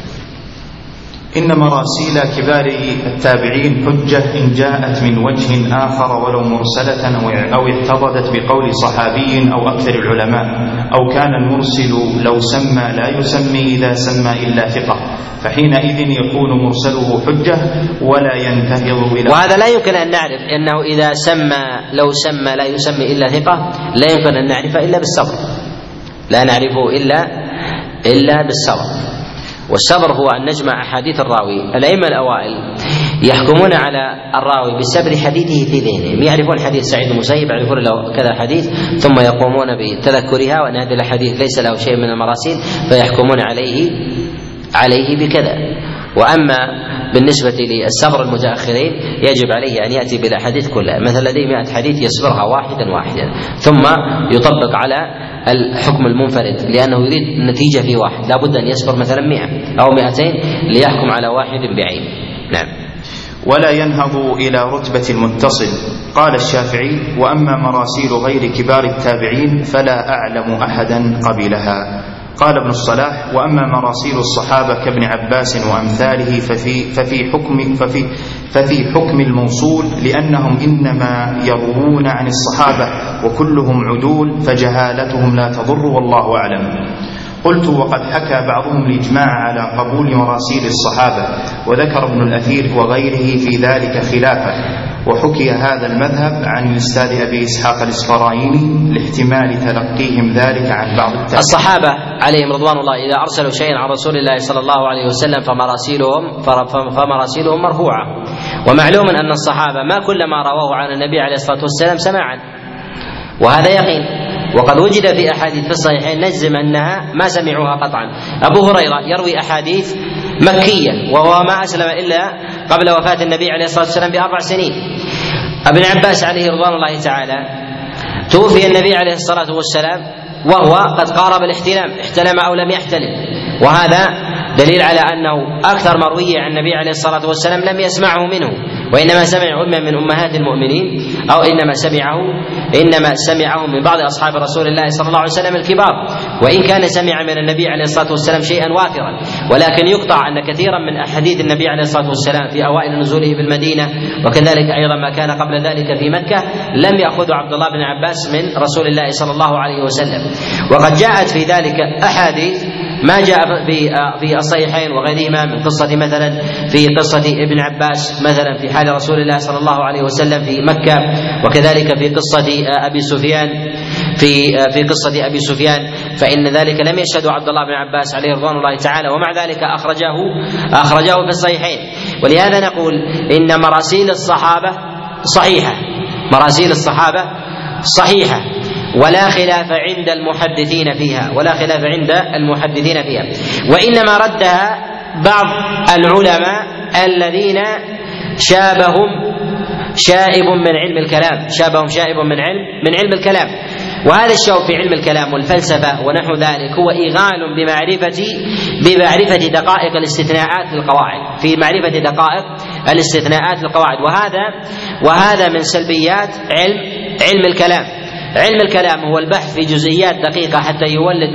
إن مراسيل كبار التابعين حجة إن جاءت من وجه آخر ولو مرسلة أو اعتضدت بقول صحابي أو أكثر العلماء، أو كان المرسل لو سمى لا يسمي إذا سمى إلا ثقة، فحينئذ يكون مرسله حجة ولا ينتهض إلى. وهذا لا يمكن أن نعرف أنه إذا لو سمى لا يسمي إلا ثقة، لا يمكن أن نعرف إلا بالصبر، لا نعرفه إلا بالصبر. والصبر هو أن نجمع أحاديث الراوي. الأئمة الأوائل يحكمون على الراوي بسبر حديثه في ذهنهم، يعرفون حديث سعيد بن المسيب، يعرفون له كذا حديث، ثم يقومون بتذكرها وأن هذه الحديث ليس له شيء من المراسيل، فيحكمون عليه بكذا. وأما بالنسبة للصبر المتأخرين يجب عليه أن يأتي بالأحاديث كلها، مثلا لديه 100 حديث يصبرها واحدا ثم يطبق على الحكم المنفرد، لأنه يريد النتيجة في واحد، لا بد أن يصبر مثلا 100 أو 200 ليحكم على واحد بعين. نعم. ولا ينهض إلى رتبة المتصل. قال الشافعي: وأما مراسيل غير كبار التابعين فلا أعلم أحدا قبلها. قال ابن الصلاح: وأما مراسيل الصحابة كابن عباس وأمثاله ففي حكم الموصول، لأنهم إنما يروون عن الصحابة وكلهم عدول، فجهالتهم لا تضر، والله أعلم. قلت: وقد حكى بعضهم الإجماع على قبول مراسيل الصحابة، وذكر ابن الأثير وغيره في ذلك خلافه، وحكي هذا المذهب عن الأستاذ أبي إسحاق الإسفرايني لاحتمال تلقيهم ذلك عن بعض التابعين. الصحابة عليهم رضوان الله إذا أرسلوا شيئا عن رسول الله صلى الله عليه وسلم فمراسيلهم مرفوعة، ومعلوم أن الصحابة ما كلما رواه عن النبي عليه الصلاة والسلام سماعا، وهذا يقين، وقد وجد في أحاديث في الصحيحين نجزم أنها ما سمعوها قطعا. أبو هريرة يروي أحاديث مكية وهو ما أسلم إلا قبل وفاة النبي عليه الصلاة والسلام ب4 سنين. ابن عباس عليه رضوان الله تعالى توفي النبي عليه الصلاة والسلام وهو قد قارب الاحتلام، احتلم أو لم يحتلم، وهذا دليل على أنه أكثر مروي عن النبي عليه الصلاة والسلام لم يسمعه منه، وإنما سمع أمة من أمهات المؤمنين، أو إنما سمعه من بعض أصحاب رسول الله صلى الله عليه وسلم الكبار، وإن كان سمع من النبي عليه الصلاة والسلام شيئا وافرا، ولكن يقطع أن كثيرا من أحاديث النبي عليه الصلاة والسلام في أوائل نزوله بالمدينة، وكذلك أيضا ما كان قبل ذلك في مكة، لم يأخذ عبد الله بن عباس من رسول الله صلى الله عليه وسلم. وقد جاءت في ذلك أحاديث ما جاء في الصحيحين وغيرهما من قصة، مثلا في قصة ابن عباس مثلا في حال رسول الله صلى الله عليه وسلم في مكة، وكذلك في قصة أبي سفيان في قصة أبي سفيان، فإن ذلك لم يشهد عبد الله بن عباس عليه رضوان الله تعالى، ومع ذلك أخرجه في الصحيحين. ولهذا نقول إن مراسيل الصحابة صحيحة، مراسيل الصحابة صحيحة، ولا خلاف عند المحدثين فيها، وإنما ردها بعض العلماء الذين شابهم شائب من علم الكلام، وهذا الشوب في علم الكلام والفلسفة ونحو ذلك هو إغال بمعرفة دقائق الاستثناءات للقواعد، في معرفة دقائق الاستثناءات للقواعد، وهذا من سلبيات علم الكلام. علم الكلام هو البحث في جزئيات دقيقة حتى يولد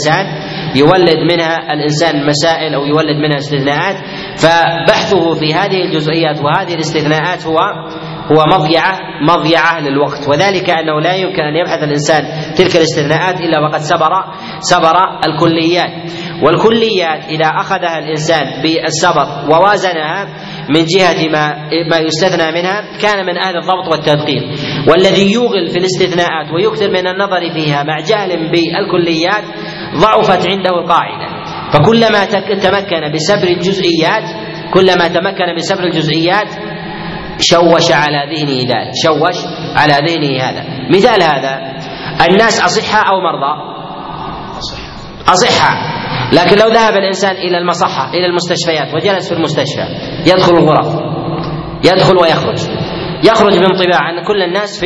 منها الإنسان مسائل أو يولد منها استثناءات، فبحثه في هذه الجزئيات وهذه الاستثناءات هو مضيعة للوقت، وذلك أنه لا يمكن أن يبحث الإنسان تلك الاستثناءات إلا وقد سبر الكليات، والكليات إذا أخذها الإنسان بالسبر ووازنها من جهة ما يستثنى منها كان من أهل الضبط والتدقيق. والذي يوغل في الاستثناءات ويكثر من النظر فيها مع جهل بالكليات ضعفت عنده القاعدة، فكلما تمكن بسبر الجزئيات شوش على ذهنه هذا. مثال هذا: الناس أصحاء أو مرضى؟ أصحاء، لكن لو ذهب الإنسان إلى المصحة إلى المستشفيات وجلس في المستشفى يدخل الغرف، يدخل ويخرج بانطباع أن كل الناس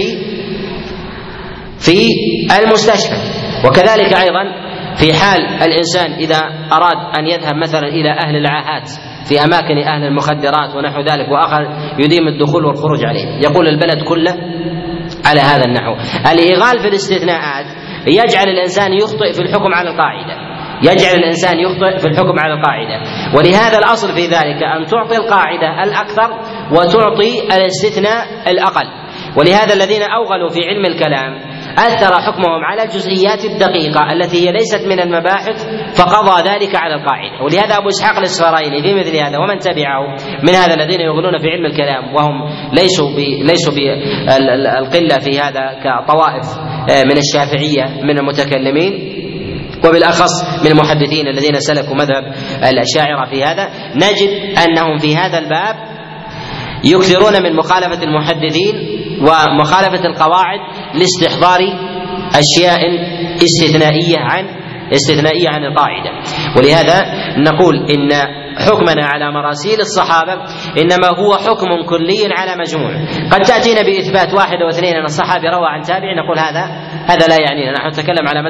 في المستشفى. وكذلك أيضا في حال الإنسان إذا أراد أن يذهب مثلا إلى أهل العاهات في أماكن أهل المخدرات ونحو ذلك، وآخر يديم الدخول والخروج عليه، يقول البلد كله على هذا النحو. الإغال في الاستثناءات يجعل الإنسان يخطئ في الحكم على القاعدة، ولهذا الأصل في ذلك أن تعطي القاعدة الأكثر وتعطي الاستثناء الأقل. ولهذا الذين أوغلوا في علم الكلام أثر حكمهم على الجزئيات الدقيقة التي هي ليست من المباحث فقضى ذلك على القاعدة. ولهذا أبو إسحاق الإسفرايني في مثل هذا ومن تبعه من هذا الذين يغلون في علم الكلام وهم ليسوا بالقلة في هذا كطوائف من الشافعية من المتكلمين، وبالأخص من المحدثين الذين سلكوا مذهب الأشاعرة في هذا، نجد أنهم في هذا الباب يكثرون من مخالفة المحدثين ومخالفة القواعد لاستحضار أشياء استثنائية عن القاعدة. ولهذا نقول إن حكمنا على مراسيل الصحابة إنما هو حكم كلي على مجموع. قد تأتينا بإثبات 1 و2 أن الصحابي روى عن تابع، نقول هذا لا يعنينا، نحن نتكلم على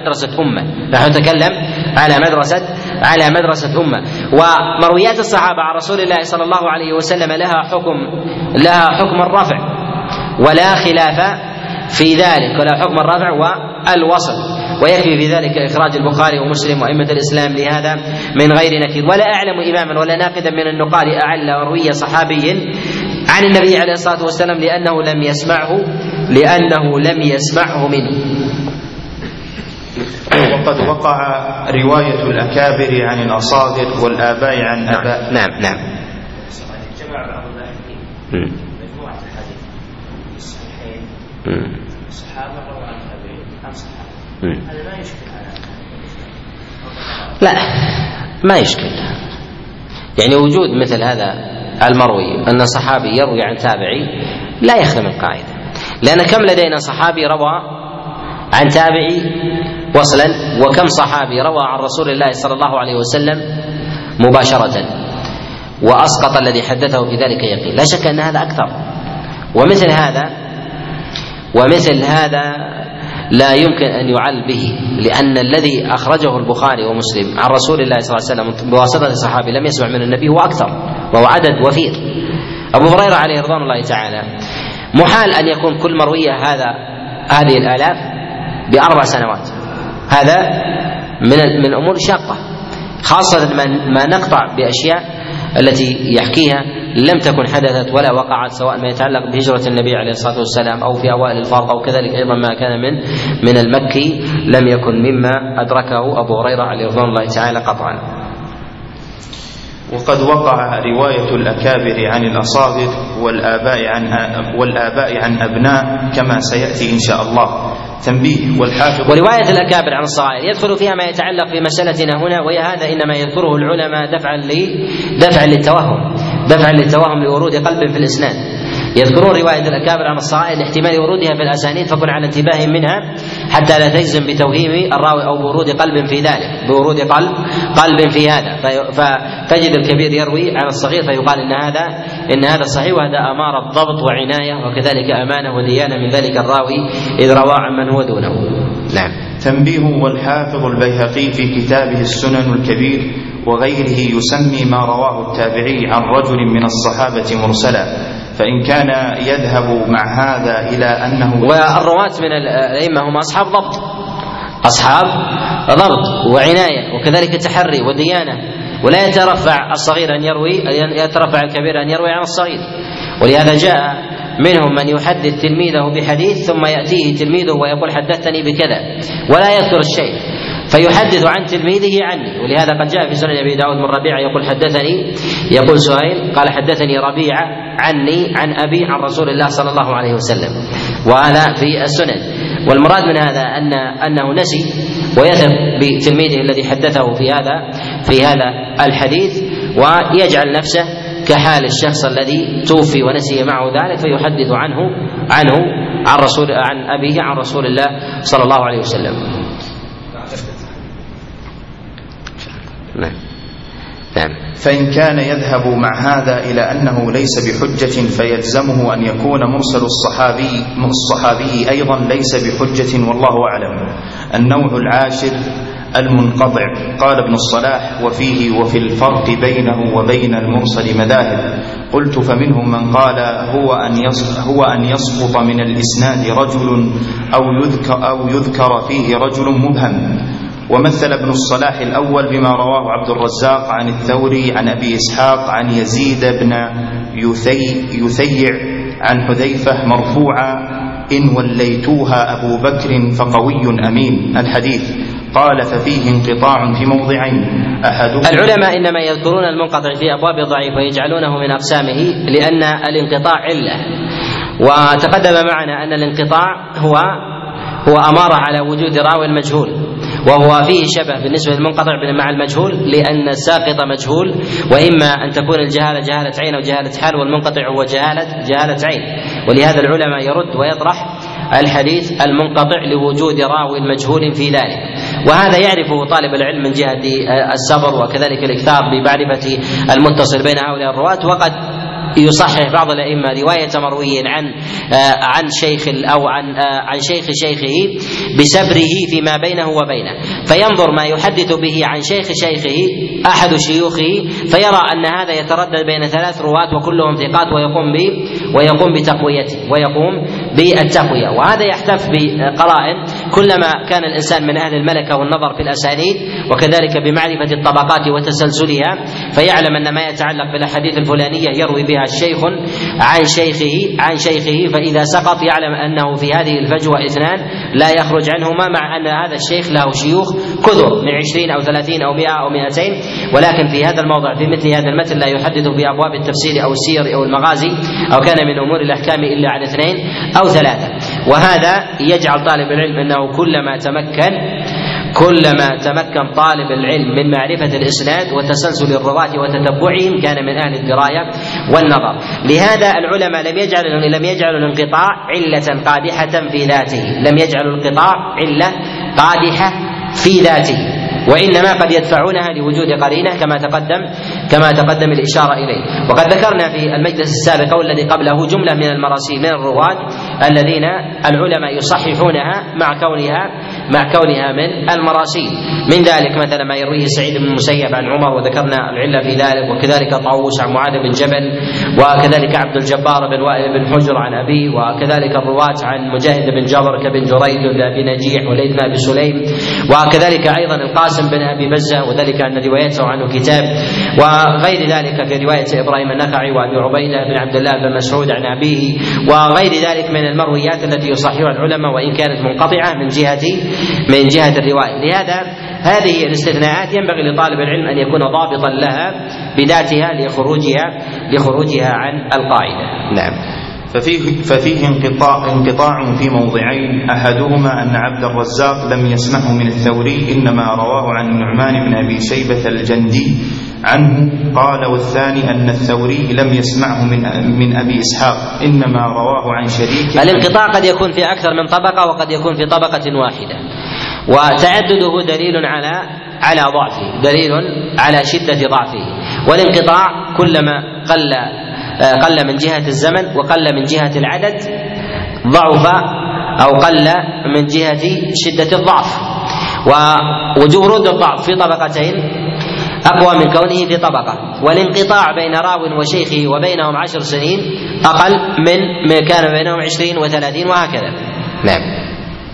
مدرسة أمة، ومرويات الصحابة عن رسول الله صلى الله عليه وسلم لها حكم الرفع ولا خلاف في ذلك، ولا حكم الرفع والوصل، ويكفي في ذلك إخراج البخاري ومسلم وأئمة الإسلام لهذا من غير نكير. ولا أعلم إماما ولا ناقدا من النقال أعل وروي صحابي عن النبي عليه الصلاة والسلام لأنه لم يسمعه منه. وقد وقع رواية الأكابر عن الأصاغر والآباء عن أباء. نعم. جمع بعض الباحثين مجموعة الحديث في الصحيحين الصحابة روى عن التابعين عن صحابة، هذا لا يشكل على لا ما يشكل، يعني وجود مثل هذا المروي أن صحابي يروي عن تابعي لا يخدم القاعدة، لأن كم لدينا صحابي روى عن تابعي وصلا، وكم صحابي روى عن رسول الله صلى الله عليه وسلم مباشرة وأسقط الذي حدثه في ذلك يقين. لا شك أن هذا أكثر، ومثل هذا لا يمكن أن يعل به، لأن الذي أخرجه البخاري ومسلم عن رسول الله صلى الله عليه وسلم بواسطة صحابي لم يسمع من النبي هو أكثر، وهو عدد وفير. أبو هريرة عليه رضوان الله تعالى محال أن يكون كل مروية هذه الآلاف ب4 سنوات، هذا من الأمور الشاقة، خاصة ما نقطع بأشياء التي يحكيها لم تكن حدثت ولا وقعت، سواء ما يتعلق بهجرة النبي عليه الصلاة والسلام أو في أوائل الفرق، أو كذلك أيضا ما كان من المكي لم يكن مما أدركه أبو هريرة عليه رضوان الله تعالى قطعا. وقد وقع رواية الأكابر عن الأصاغر والآباء عن أبناء كما سيأتي إن شاء الله. تنبيه: والحافظ ورواية الأكابر عن الصغائر يدخل فيها ما يتعلق بمسألتنا هنا، وهي هذا إنما يذكره العلماء دفعا للتوهم لورود قلب في الإسناد. يذكرون رواية الأكابر عن الصغائر لاحتمال ورودها في الأسانيد، فكن على انتباه منها حتى لا تجزم بتوهيم الراوي أو بورود قلب في ذلك، بورود قلب في هذا، فتجد الكبير يروي عن الصغير فيقال إن هذا صحيح، وهذا أمارة ضبط وعناية، وكذلك أمانة وديانة من ذلك الراوي إذ روى عن من هو دونه. نعم. تنبيه: والحافظ البيهقي في كتابه السنن الكبير وغيره يسمي ما رواه التابعي عن رجل من الصحابة مرسلا، فإن كان يذهب مع هذا إلى أنه والرواة من الأئمة هم أصحاب ضبط وعناية وكذلك تحري وديانة، ولا يترفع الصغير يترفع الكبير أن يروي عن الصغير. ولهذا جاء منهم من يحدث تلميذه بحديث ثم يأتيه تلميذه ويقول حدثني بكذا ولا يذكر الشيء، فيحدث عن تلميذه عني. ولهذا قد جاء في سنن أبي داود من ربيعة يقول سهيل قال حدثني ربيعة عني عن أبي عن رسول الله صلى الله عليه وسلم، وهذا في السنن. والمراد من هذا أنه نسي ويثق بتلميذه الذي حدثه في هذا الحديث، ويجعل نفسه كحال الشخص الذي توفي ونسي معه ذلك، فيحدث عنه عن أبيه عن رسول الله صلى الله عليه وسلم. نعم. فإن كان يذهب مع هذا إلى أنه ليس بحجة فيلزمه أن يكون مرسل الصحابي أيضا ليس بحجة، والله أعلم. النوع العاشر المنقطع. قال ابن الصلاح: وفي الفرق بينه وبين المرسل مذاهب. قلت: فمنهم من قال هو أن يسقط من الإسناد رجل أو يذكر فيه رجل مبهم. ومثل ابن الصلاح الأول بما رواه عبد الرزاق عن الثوري عن أبي إسحاق عن يزيد بن يثيع عن حذيفة مرفوعا: إن وليتوها أبو بكر فقوي أمين. الحديث. قال: ففيه انقطاع في موضعين. العلماء إنما يذكرون المنقطع في أبواب الضعيف ويجعلونه من أقسامه لأن الانقطاع علة، وتقدم معنا أن الانقطاع هو أمارة على وجود راوي مجهول، وهو فيه شبه بالنسبة للمنقطع مع المجهول، لأن الساقط مجهول، وإما أن تكون الجهالة جهالة عين أو جهالة حال، والمنقطع هو جهالة عين. ولهذا العلماء يرد ويطرح الحديث المنقطع لوجود راوي مجهول في ذلك، وهذا يعرفه طالب العلم من جهة الصبر وكذلك الإكثار بمعرفة المتصل بين هؤلاء الرواة. وقد يصحح بعض الأئمة رواية مروي عن شيخ أو عن شيخ شيخه بسبره فيما بينه وبينه، فينظر ما يحدث به عن شيخ شيخه أحد شيوخه، فيرى أن هذا يتردد بين 3 رواة وكلهم ثقات، ويقوم بالتقوية. وهذا يحتف بقرائن كلما كان الإنسان من أهل الملكة والنظر في الأسانيد وكذلك بمعرفة الطبقات وتسلسلها، فيعلم أن ما يتعلق بالأحاديث الفلانية يروي بها الشيخ عن شيخه فإذا سقط يعلم أنه في هذه الفجوة اثنان لا يخرج عنهما، مع أن هذا الشيخ له شيوخ كثر من 20 أو 30 أو 100 أو 200، ولكن في هذا الموضع في مثل هذا المتن لا يحدث بأبواب التفسير أو السير أو المغازي أو كان من أمور الأحكام إلا عن 2 أو 3. وهذا يجعل طالب العلم أنه كلما تمكن طالب العلم من معرفة الإسناد وتسلسل الرواة وتتبعهم كان من أهل الدراية والنظر. لهذا العلماء لم يجعلوا الانقطاع علة قادحة في ذاته، لم يجعلوا الانقطاع علة قادحة في ذاته، وإنما قد يدفعونها لوجود قرينة كما تقدم الإشارة إليه. وقد ذكرنا في المجلس السابق والذي قبله جملة من المراسيل من الرواة الذين العلماء يصححونها مع كونها من المراسيل، من ذلك مثلا ما يرويه سعيد بن المسيب عن عمر وذكرنا العلة في ذلك، وكذلك طاووس عن معاذ بن جبل، وكذلك عبد الجبار بن وائل بن حجر عن أبيه، وكذلك الرواة عن مجاهد بن جبر كبن جريد بن نجيح وليث بن أبي سليم، وكذلك أيضا القاسم بن أبي بزة وذلك أن روايته عنه كتاب، وغير ذلك في رواية إبراهيم النخعي وأبي عبيدة بن عبد الله بن مسعود عن أبيه، وغير ذلك من المرويات التي يصححها العلماء وإن كانت منقطعة من جهة الرواية. لهذا هذه الاستثناءات ينبغي لطالب العلم أن يكون ضابطا لها بذاتها لخروجها عن القاعدة. نعم. ففيه انقطاع في موضعين، أحدهما أن عبد الرزاق لم يسمعه من الثوري إنما رواه عن النعمان بن أبي شيبة الجندي عنه قال، والثاني أن الثوري لم يسمعه من أبي إسحاق إنما رواه عن شريك. الانقطاع قد يكون في أكثر من طبقة وقد يكون في طبقة واحدة، وتعدده دليل على ضعفه، دليل على شدة ضعفه. والانقطاع كلما قل من جهة الزمن وقل من جهة العدد ضعف أو قل من جهة شدة الضعف. وورود الضعف في طبقتين أقوى من كونه في طبقة، والانقطاع بين راو وشيخه وبينهم 10 سنين أقل من كان بينهم 20 و30 وهكذا. نعم.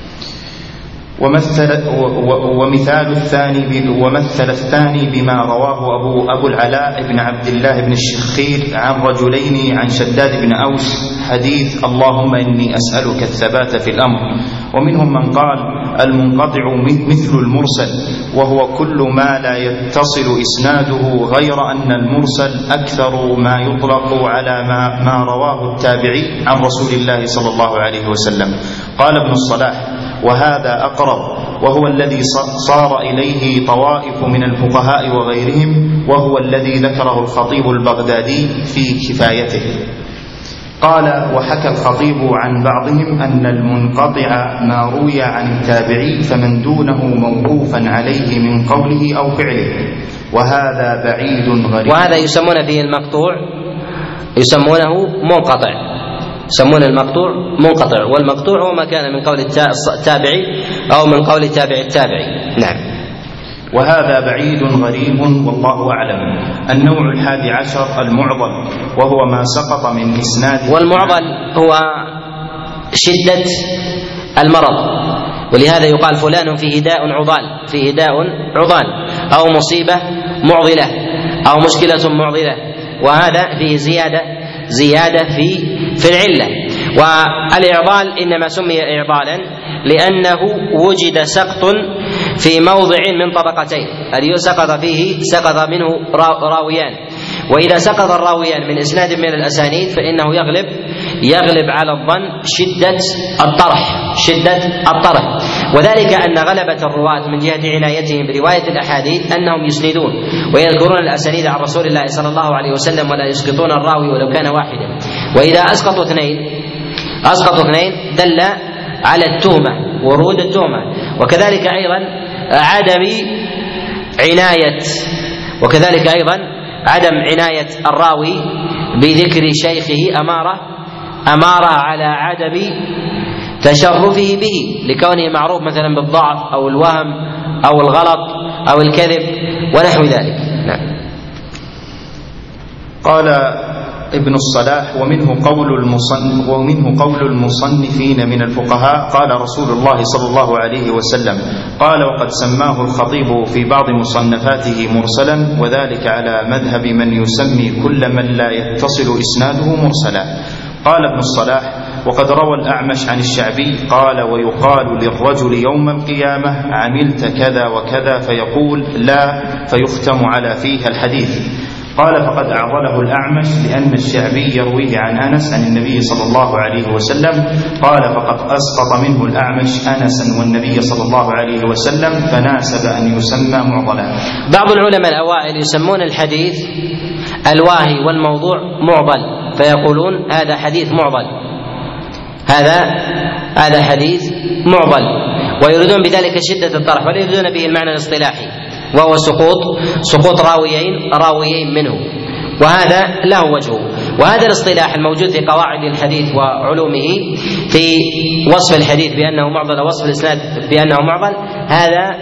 ومثل الثاني بما رواه أبو العلاء بن عبد الله بن الشخير عن رجلين عن شداد بن أوس حديث اللهم إني أسألك الثبات في الأمر. ومنهم من قال المنقطع مثل المرسل، وهو كل ما لا يتصل إسناده، غير أن المرسل أكثر ما يطلق على ما رواه التابعي عن رسول الله صلى الله عليه وسلم. قال ابن الصلاح وهذا أقرب، وهو الذي صار إليه طوائف من الفقهاء وغيرهم، وهو الذي ذكره الخطيب البغدادي في كفايته. قال وحكى الخطيب عن بعضهم أن المنقطع ما روي عن التابعي فمن دونه موقوفا عليه من قوله أو فعله، وهذا بعيد غريب. وهذا يسمون فيه المقطوع يسمونه منقطع، يسمون المقطوع منقطع، والمقطوع هو ما كان من قول التابعي أو من قول التابعي. نعم. وهذا بعيد غريب والله أعلم. النوع 11 المعضل، وهو ما سقط من إسناد. والمعضل هو شدة المرض، ولهذا يقال فلان فيه داء عضال، فيه داء عضال، أو مصيبة معضلة أو مشكلة معضلة، وهذا فيه زيادة في العلة. والإعضال إنما سمي إعضالا لأنه وجد سقط في موضع من طبقتين، الذي سقط منه راويان، وإذا سقط الراويان من إسناد من الأسانيد فإنه يغلب على الظن شدة الطرح، وذلك أن غلبة الرواة من جهة عنايتهم برواية الأحاديث أنهم يسندون ويذكرون الأسانيد عن رسول الله صلى الله عليه وسلم ولا يسقطون الراوي ولو كان واحدا. وإذا أسقطوا اثنين دل على التهمة، ورود التهمة، وكذلك أيضا عدم عناية الراوي بذكر شيخه أمارة على عدم تشرفه به، لكونه معروف مثلا بالضعف أو الوهم أو الغلط أو الكذب ونحو ذلك. نعم. قال ابن الصلاح: ومنه قول المصنفين من الفقهاء. قال رسول الله صلى الله عليه وسلم: قال وقد سماه الخطيب في بعض مصنفاته مرسلا، وذلك على مذهب من يسمي كل من لا يتصل إسناده مرسلا. قال ابن الصلاح: وقد روى الأعمش عن الشعبي قال: ويقال للرجل يوم القيامة: عملت كذا وكذا، فيقول: لا، فيختم على فيه الحديث. قال: فقد أعضله الأعمش لأن الشعبي يرويه عن أنس عن النبي صلى الله عليه وسلم. قال: فقد أسقط منه الأعمش أنسا والنبي صلى الله عليه وسلم، فناسب أن يسمى معضلا. بعض العلماء الأوائل يسمون الحديث الواهي والموضوع معضل، فيقولون هذا حديث معضل، هذا حديث معضل، ويريدون بذلك شدة الطرح، ولا يريدون به المعنى الاصطلاحي، وهو سقوط راويين منه، وهذا له وجهه. وهذا الاصطلاح الموجود في قواعد الحديث وعلومه في وصف الحديث بأنه معضل ووصف الإسناد بأنه معضل، هذا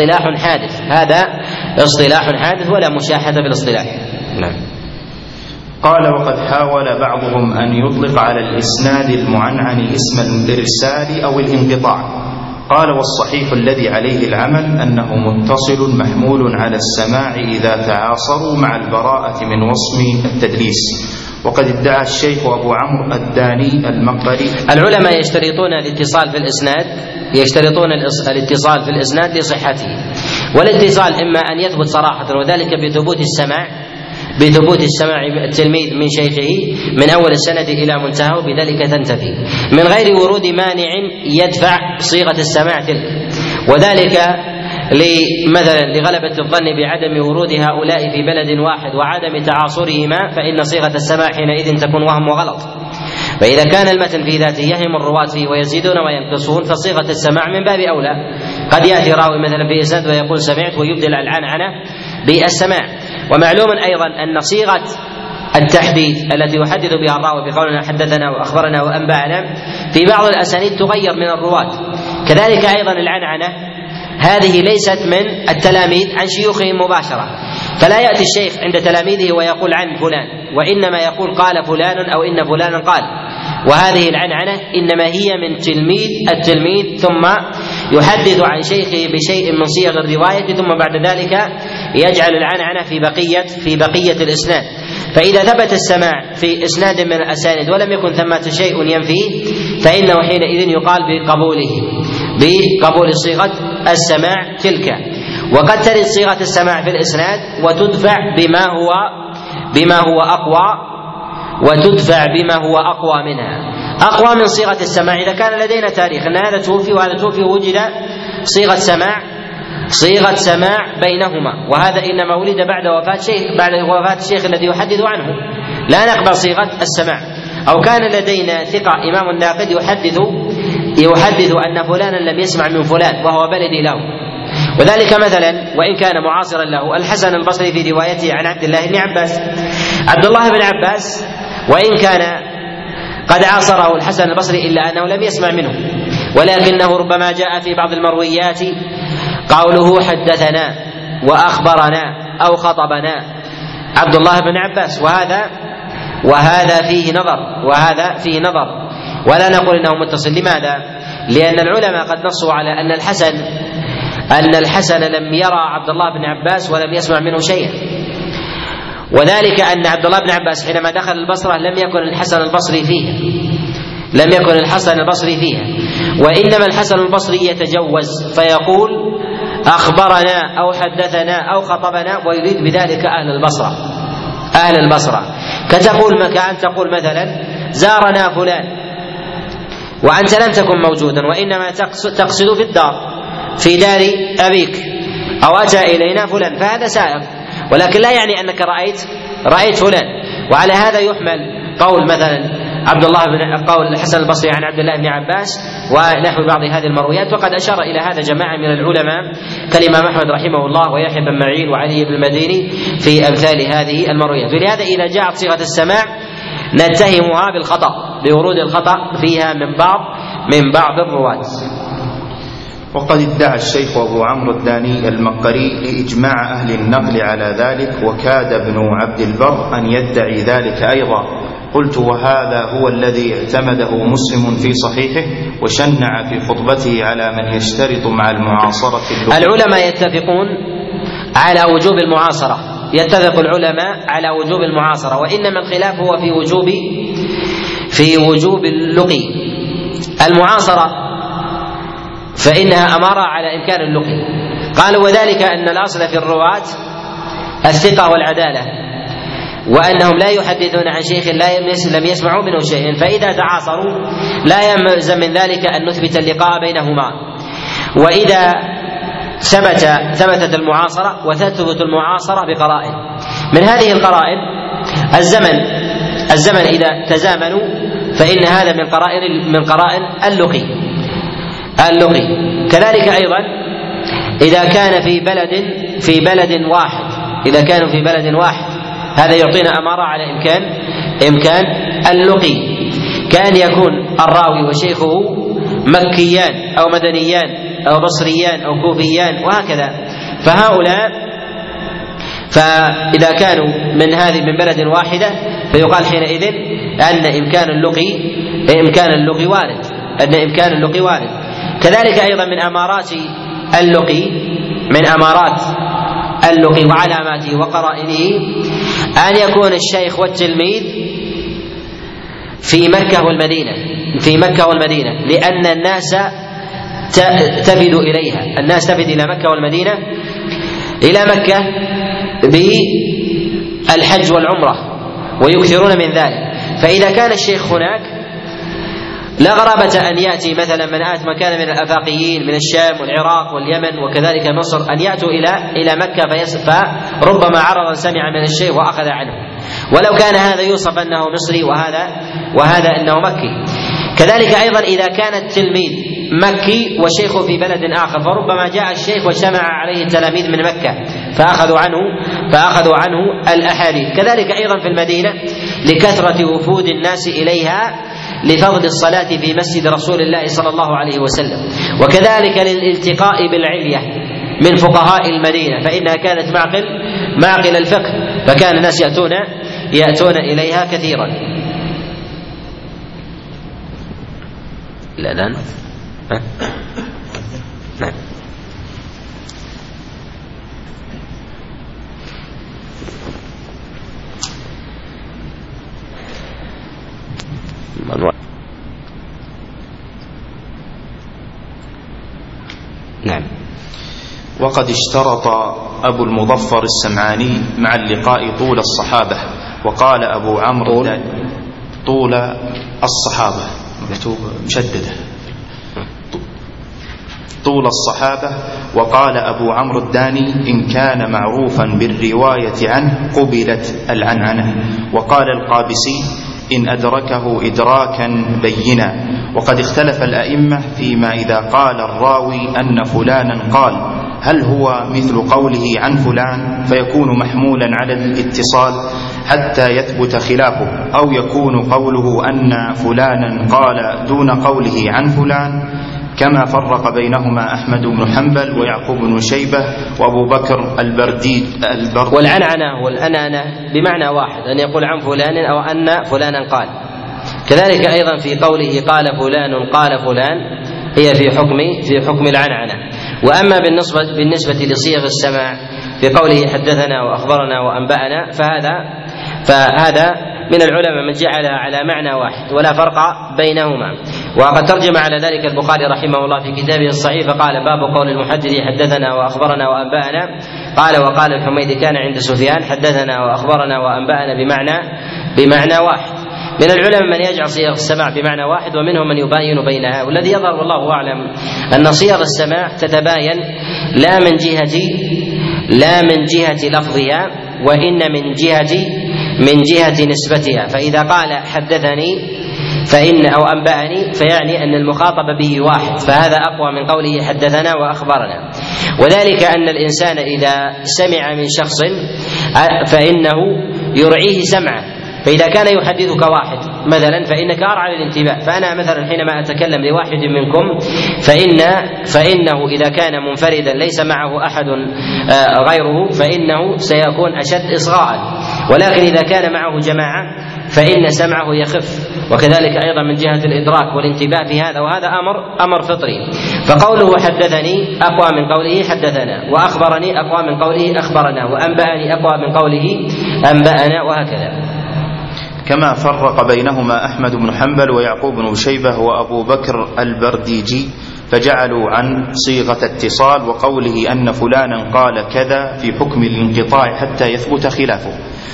اصطلاح حادث ولا مشاحة في الاصطلاح. نعم. قال: وقد حاول بعضهم أن يطلق على الإسناد المعنعن اسم الإرسال أو الانقطاع. قال: والصحيح الذي عليه العمل أنه متصل محمول على السماع إذا تعاصروا مع البراءة من وصم التدليس. وقد ادعى الشيخ أبو عمرو الداني المقبري: العلماء يشترطون الاتصال في الإسناد لصحته، والاتصال إما أن يثبت صراحة، وذلك بثبوت السماع التلميذ من شيخه من أول السند إلى منتهى، بذلك تنتفي من غير ورود مانع يدفع صيغة السماع تلك، وذلك مثلا لغلبة الظن بعدم ورود هؤلاء في بلد واحد وعدم تعاصرهما، فإن صيغة السماع حينئذ تكون وهم وغلط. فإذا كان المتن في ذاته يهم الرواة فيه ويزيدون وينقصون، فصيغة السماع من باب أولى. قد يأتي راوي مثلا في إسناد ويقول سمعت ويبدل العنعنة بالسماع. ومعلوم أيضا أن صيغة التحديث التي يحدث بها الراوي بقولنا حدثنا وأخبرنا وأنبأنا في بعض الأسانيد تغير من الرواة. كذلك أيضا العنعنة هذه ليست من التلاميذ عن شيوخهم مباشرة، فلا يأتي الشيخ عند تلاميذه ويقول عن فلان، وإنما يقول قال فلان أو إن فلانا قال. وهذه العنعنة إنما هي من التلميذ ثم يحدث عن شيخه بشيء من صيغ الرواية، ثم بعد ذلك يجعل العنعنة في بقية الإسناد. فإذا ثبت السماع في إسناد من الأسانيد ولم يكن ثمة شيء ينفيه، فإنه حينئذ يقال بقبول صيغة السماع تلك. وقد ترد صيغة السماع في الإسناد وتدفع بما هو أقوى منها، أقوى من صيغة السماع. إذا كان لدينا تاريخ أن هذا توفي وهذا توفي ووجد صيغة سماع بينهما، وهذا إنما ولد بعد وفاة الشيخ الذي يحدث عنه، لا نقبل صيغة السماع. أو كان لدينا ثقة إمام ناقد يحدث أن فلانا لم يسمع من فلان وهو بلدي له، وذلك مثلا وإن كان معاصرا له الحسن البصري في روايته عن عبد الله بن عباس. عبد الله بن عباس وإن كان قد عاصره الحسن البصري إلا أنه لم يسمع منه، ولكنه ربما جاء في بعض المرويات قوله حدثنا وأخبرنا أو خطبنا عبد الله بن عباس، وهذا فيه نظر ولا نقول إنه متصل. لماذا؟ لأن العلماء قد نصوا على أن الحسن لم يرى عبد الله بن عباس ولم يسمع منه شيئا، وذلك أن عبد الله بن عباس حينما دخل البصرة لم يكن الحسن البصري فيها، وإنما الحسن البصري يتجوز فيقول أخبرنا أو حدثنا أو خطبنا، ويريد بذلك أهل البصرة. كأن تقول مثلا زارنا فلان وأنت لم تكن موجودا، وإنما تقصد في الدار في دار أبيك، أو أتى إلينا فلان، فهذا سائغ، ولكن لا يعني أنك رأيت فلان. وعلى هذا يحمل قول مثلا قول الحسن البصري عن عبد الله بن عباس ونحو بعض هذه المرويات. وقد أشار إلى هذا جماعة من العلماء كالإمام أحمد رحمه الله ويحيى بن معين وعلي بن المديني في أمثال هذه المرويات. ولهذا إذا جاءت صيغة السماع نتهمها بالخطأ لورود الخطأ فيها من بعض الرواة. وقد ادعى الشيخ أبو عمرو الداني المقبري لإجماع أهل النقل على ذلك، وكاد ابن عبد البر أن يدعي ذلك أيضا، قلت: وهذا هو الذي اعتمده مسلم في صحيحه وشنع في خطبته على من يشترط مع المعاصرة العلماء يتفقون على وجوب المعاصرة، يتفق العلماء على وجوب المعاصرة، وإنما الخلاف هو في وجوب اللقي. المعاصرة فإنها أمارة على إمكان اللقي، قالوا وذلك أن الأصل في الرواة الثقة والعدالة، وأنهم لا يحدثون عن شيخ لم يسمعوا منه شيئا، فإذا تعاصروا لا يلزم من ذلك أن نثبت اللقاء بينهما. وإذا ثبتت المعاصرة، وتثبت المعاصرة بقرائن، من هذه القرائن الزمن إذا تزامنوا فإن هذا من قرائن اللقي. كذلك أيضا إذا كان في بلد واحد، هذا يعطينا أمارة على إمكان اللقي، كان يكون الراوي وشيخه مكيان أو مدنيان أو بصريان أو كوفيان وهكذا، فإذا كانوا من بلد واحدة فيقال حينئذ أن إمكان اللقي وارد. كذلك أيضا من أمارات اللقي وعلاماته وقرائنه أن يكون الشيخ والتلميذ في مكة والمدينة، لأن الناس تفد إليها، الناس تفد إلى مكة والمدينة، إلى مكة بالحج والعمرة ويكثرون من ذلك. فإذا كان الشيخ هناك لا غرابة أن يأتي مثلا من كان من الآفاقيين من الشام والعراق واليمن وكذلك مصر أن يأتوا إلى مكة، فربما عرضا سمع من الشيخ وأخذ عنه، ولو كان هذا يوصف أنه مصري وهذا أنه مكي. كذلك أيضا إذا كان التلميذ مكي وشيخه في بلد آخر، فربما جاء الشيخ واجتمع عليه التلاميذ من مكة فأخذوا عنه الأحاديث. كذلك أيضا في المدينة لكثرة وفود الناس إليها لفضل الصلاة في مسجد رسول الله صلى الله عليه وسلم، وكذلك للالتقاء بالعلية من فقهاء المدينة، فإنها كانت معقل الفقه، فكان الناس يأتون إليها كثيرا. الأذان نعم. نعم. وقد اشترط أبو المظفر السمعاني مع اللقاء طول الصحابة، وقال أبو عمرو طول الصحابة مكتوب مشددة طول الصحابة، وقال أبو عمرو الداني إن كان معروفا بالرواية عنه قبلت العنعنة، وقال القابسي إن أدركه إدراكا بينا. وقد اختلف الأئمة فيما إذا قال الراوي أن فلانا قال هل هو مثل قوله عن فلان فيكون محمولا على الاتصال حتى يثبت خلافه، أو يكون قوله أن فلانا قال دون قوله عن فلان، كما فرق بينهما أحمد بن حنبل ويعقوب بن شيبة وأبو بكر البردي. والأنانة بمعنى واحد، أن يقول عن فلان أو أن فلانا قال. كذلك أيضا في قوله قال فلان هي في حكم العنعنة. وأما بالنسبة لصيغ السماع في قوله حدثنا وأخبرنا وأنبأنا فهذا من العلماء من جعل على معنى واحد ولا فرق بينهما. وقد ترجم على ذلك البخاري رحمه الله في كتابه الصحيح فقال باب قول المحدث حدثنا وأخبرنا وأنبأنا، وقال الحميدي كان عند سفيان حدثنا وأخبرنا وأنبأنا بمعنى واحد. من العلماء من يجعل صيغ السماع بمعنى واحد، ومنهم من يباين بينها، والذي يظهر والله أعلم أن صيغ السماع تتباين لا من جهة لفظها، وإن من جهة نسبتها. فإذا قال حدثني أو أنبأني فيعني أن المخاطب به واحد، فهذا أقوى من قوله حدثنا وأخبرنا. وذلك أن الإنسان إذا سمع من شخص فإنه يرعيه سمعه، فإذا كان يحدثك واحد مثلا فإنك أرعى للانتباه. فأنا مثلا حينما أتكلم لواحد منكم فإنه إذا كان منفردا ليس معه أحد غيره فإنه سيكون أشد إصغاء، ولكن إذا كان معه جماعة فإن سمعه يخف، وكذلك أيضا من جهة الإدراك والانتباه في هذا، وهذا أمر فطري. فقوله حدثني أقوى من قوله حدثنا، وأخبرني أقوى من قوله أخبرنا، وأنبأني أقوى من قوله أنبأنا، وهكذا. كما فرق بينهما أحمد بن حنبل ويعقوب بن شيبة وأبو بكر البرديجي، فجعلوا عن صيغة اتصال وقوله أن فلانا قال كذا في حكم الانقطاع حتى يثبت خلافه.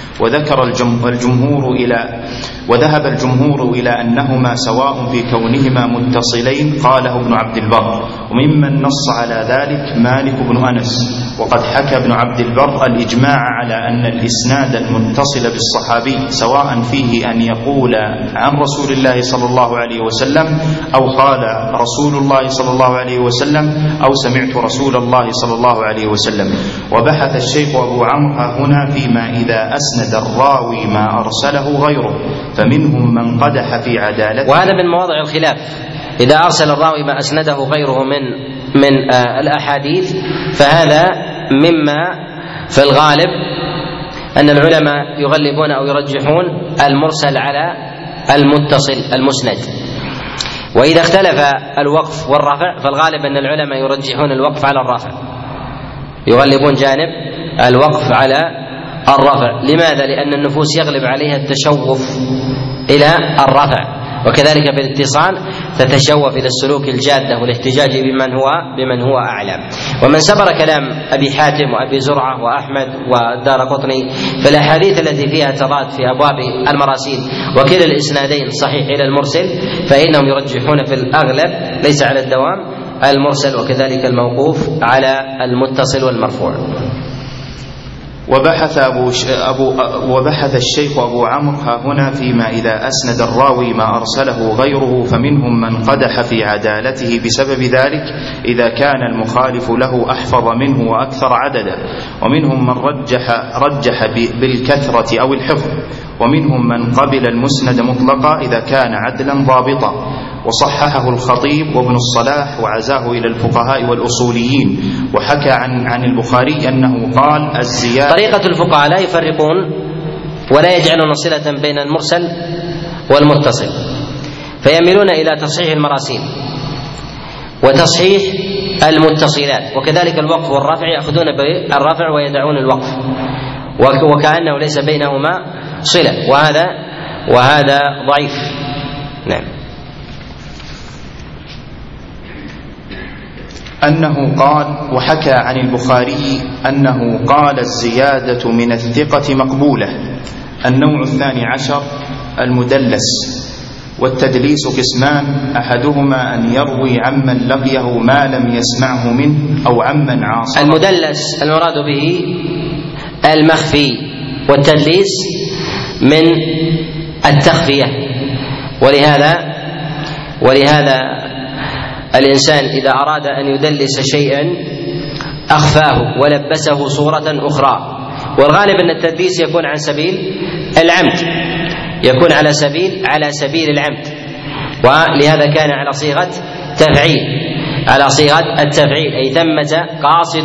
وذهب الجمهور إلى أنهما سواء في كونهما متصلين، قاله ابن عبد البر، وممن نص على ذلك مالك بن أنس. وقد حكى ابن عبد البر الإجماع على أن الإسناد المتصل بالصحابي سواء فيه أن يقول عن رسول الله صلى الله عليه وسلم أو قال رسول الله صلى الله عليه وسلم أو سمعت رسول الله صلى الله عليه وسلم. وبحث الشيخ أبو عمرو هنا فيما إذا أسند الراوي ما أرسله غيره، فمنهم من قدح في عدالته، وهذا من مواضع الخلاف. إذا أرسل الراوي ما أسنده غيره من الأحاديث، فهذا مما في الغالب أن العلماء يغلبون أو يرجحون المرسل على المتصل المسند. وإذا اختلف الوقف والرفع، فالغالب أن العلماء يرجحون الوقف على الرفع، يغلبون جانب الوقف على الرفع. لماذا؟ لأن النفوس يغلب عليها التشوف إلى الرفع، وكذلك بالاتصال تتشوف إلى السلوك الجادة والاحتجاج بمن هو أعلى. ومن سبر كلام أبي حاتم وأبي زرعة وأحمد والدارقطني في الأحاديث التي فيها تضاد في أبواب المراسيل وكلا الإسنادين صحيح إلى المرسل، فإنهم يرجحون في الأغلب ليس على الدوام المرسل، وكذلك الموقوف على المتصل والمرفوع. وبحث الشيخ أبو عمرو هنا فيما إذا أسند الراوي ما أرسله غيره، فمنهم من قدح في عدالته بسبب ذلك إذا كان المخالف له أحفظ منه وأكثر عددا، ومنهم من رجح بالكثرة أو الحفظ، ومنهم من قبل المسند مطلقا إذا كان عدلا ضابطا. وصححه الخطيب وابن الصلاح وعزاه إلى الفقهاء والأصوليين. وحكى عن البخاري أنه قال الزيادة. طريقة الفقهاء لا يفرقون ولا يجعلون صلة بين المرسل والمتصل، فيميلون إلى تصحيح المراسيل وتصحيح المتصلات، وكذلك الوقف والرفع يأخذون بالرفع ويدعون الوقف، وكأنه ليس بينهما صلة، وهذا ضعيف. نعم. أنه قال، وحكى عن البخاري أنه قال الزيادة من الثقة مقبولة. النوع 12 المدلس. والتدليس قسمان، أحدهما أن يروي عمن لقيه ما لم يسمعه منه أو عمن عاصره. المدلس المراد به المخفي، والتدليس من التخفية. ولهذا الإنسان إذا أراد أن يدلس شيئا أخفاه ولبسه صورة أخرى، والغالب أن التدليس يكون عن سبيل العمد، يكون على سبيل العمد، ولهذا كان على صيغة التفعيل، أي ثمة قاصد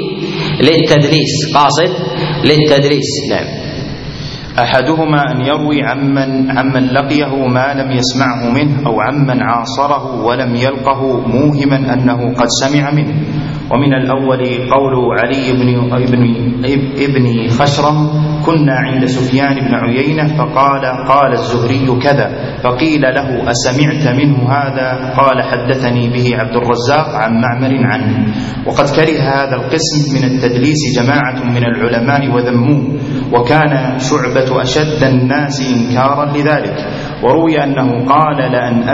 للتدليس. نعم. أحدهما أن يروي عمن لقيه ما لم يسمعه منه أو عمن عاصره ولم يلقه موهما أنه قد سمع منه. ومن الأول قول علي ابن خشرم: كنا عند سفيان بن عيينة فقال: قال الزهري كذا، فقيل له: أسمعت منه هذا؟ قال: حدثني به عبد الرزاق عن معمر عنه. وقد كره هذا القسم من التدليس جماعة من العلماء وذموه، وكان شعبة أشد الناس إنكارا لذلك. وروي أنه قال: لأن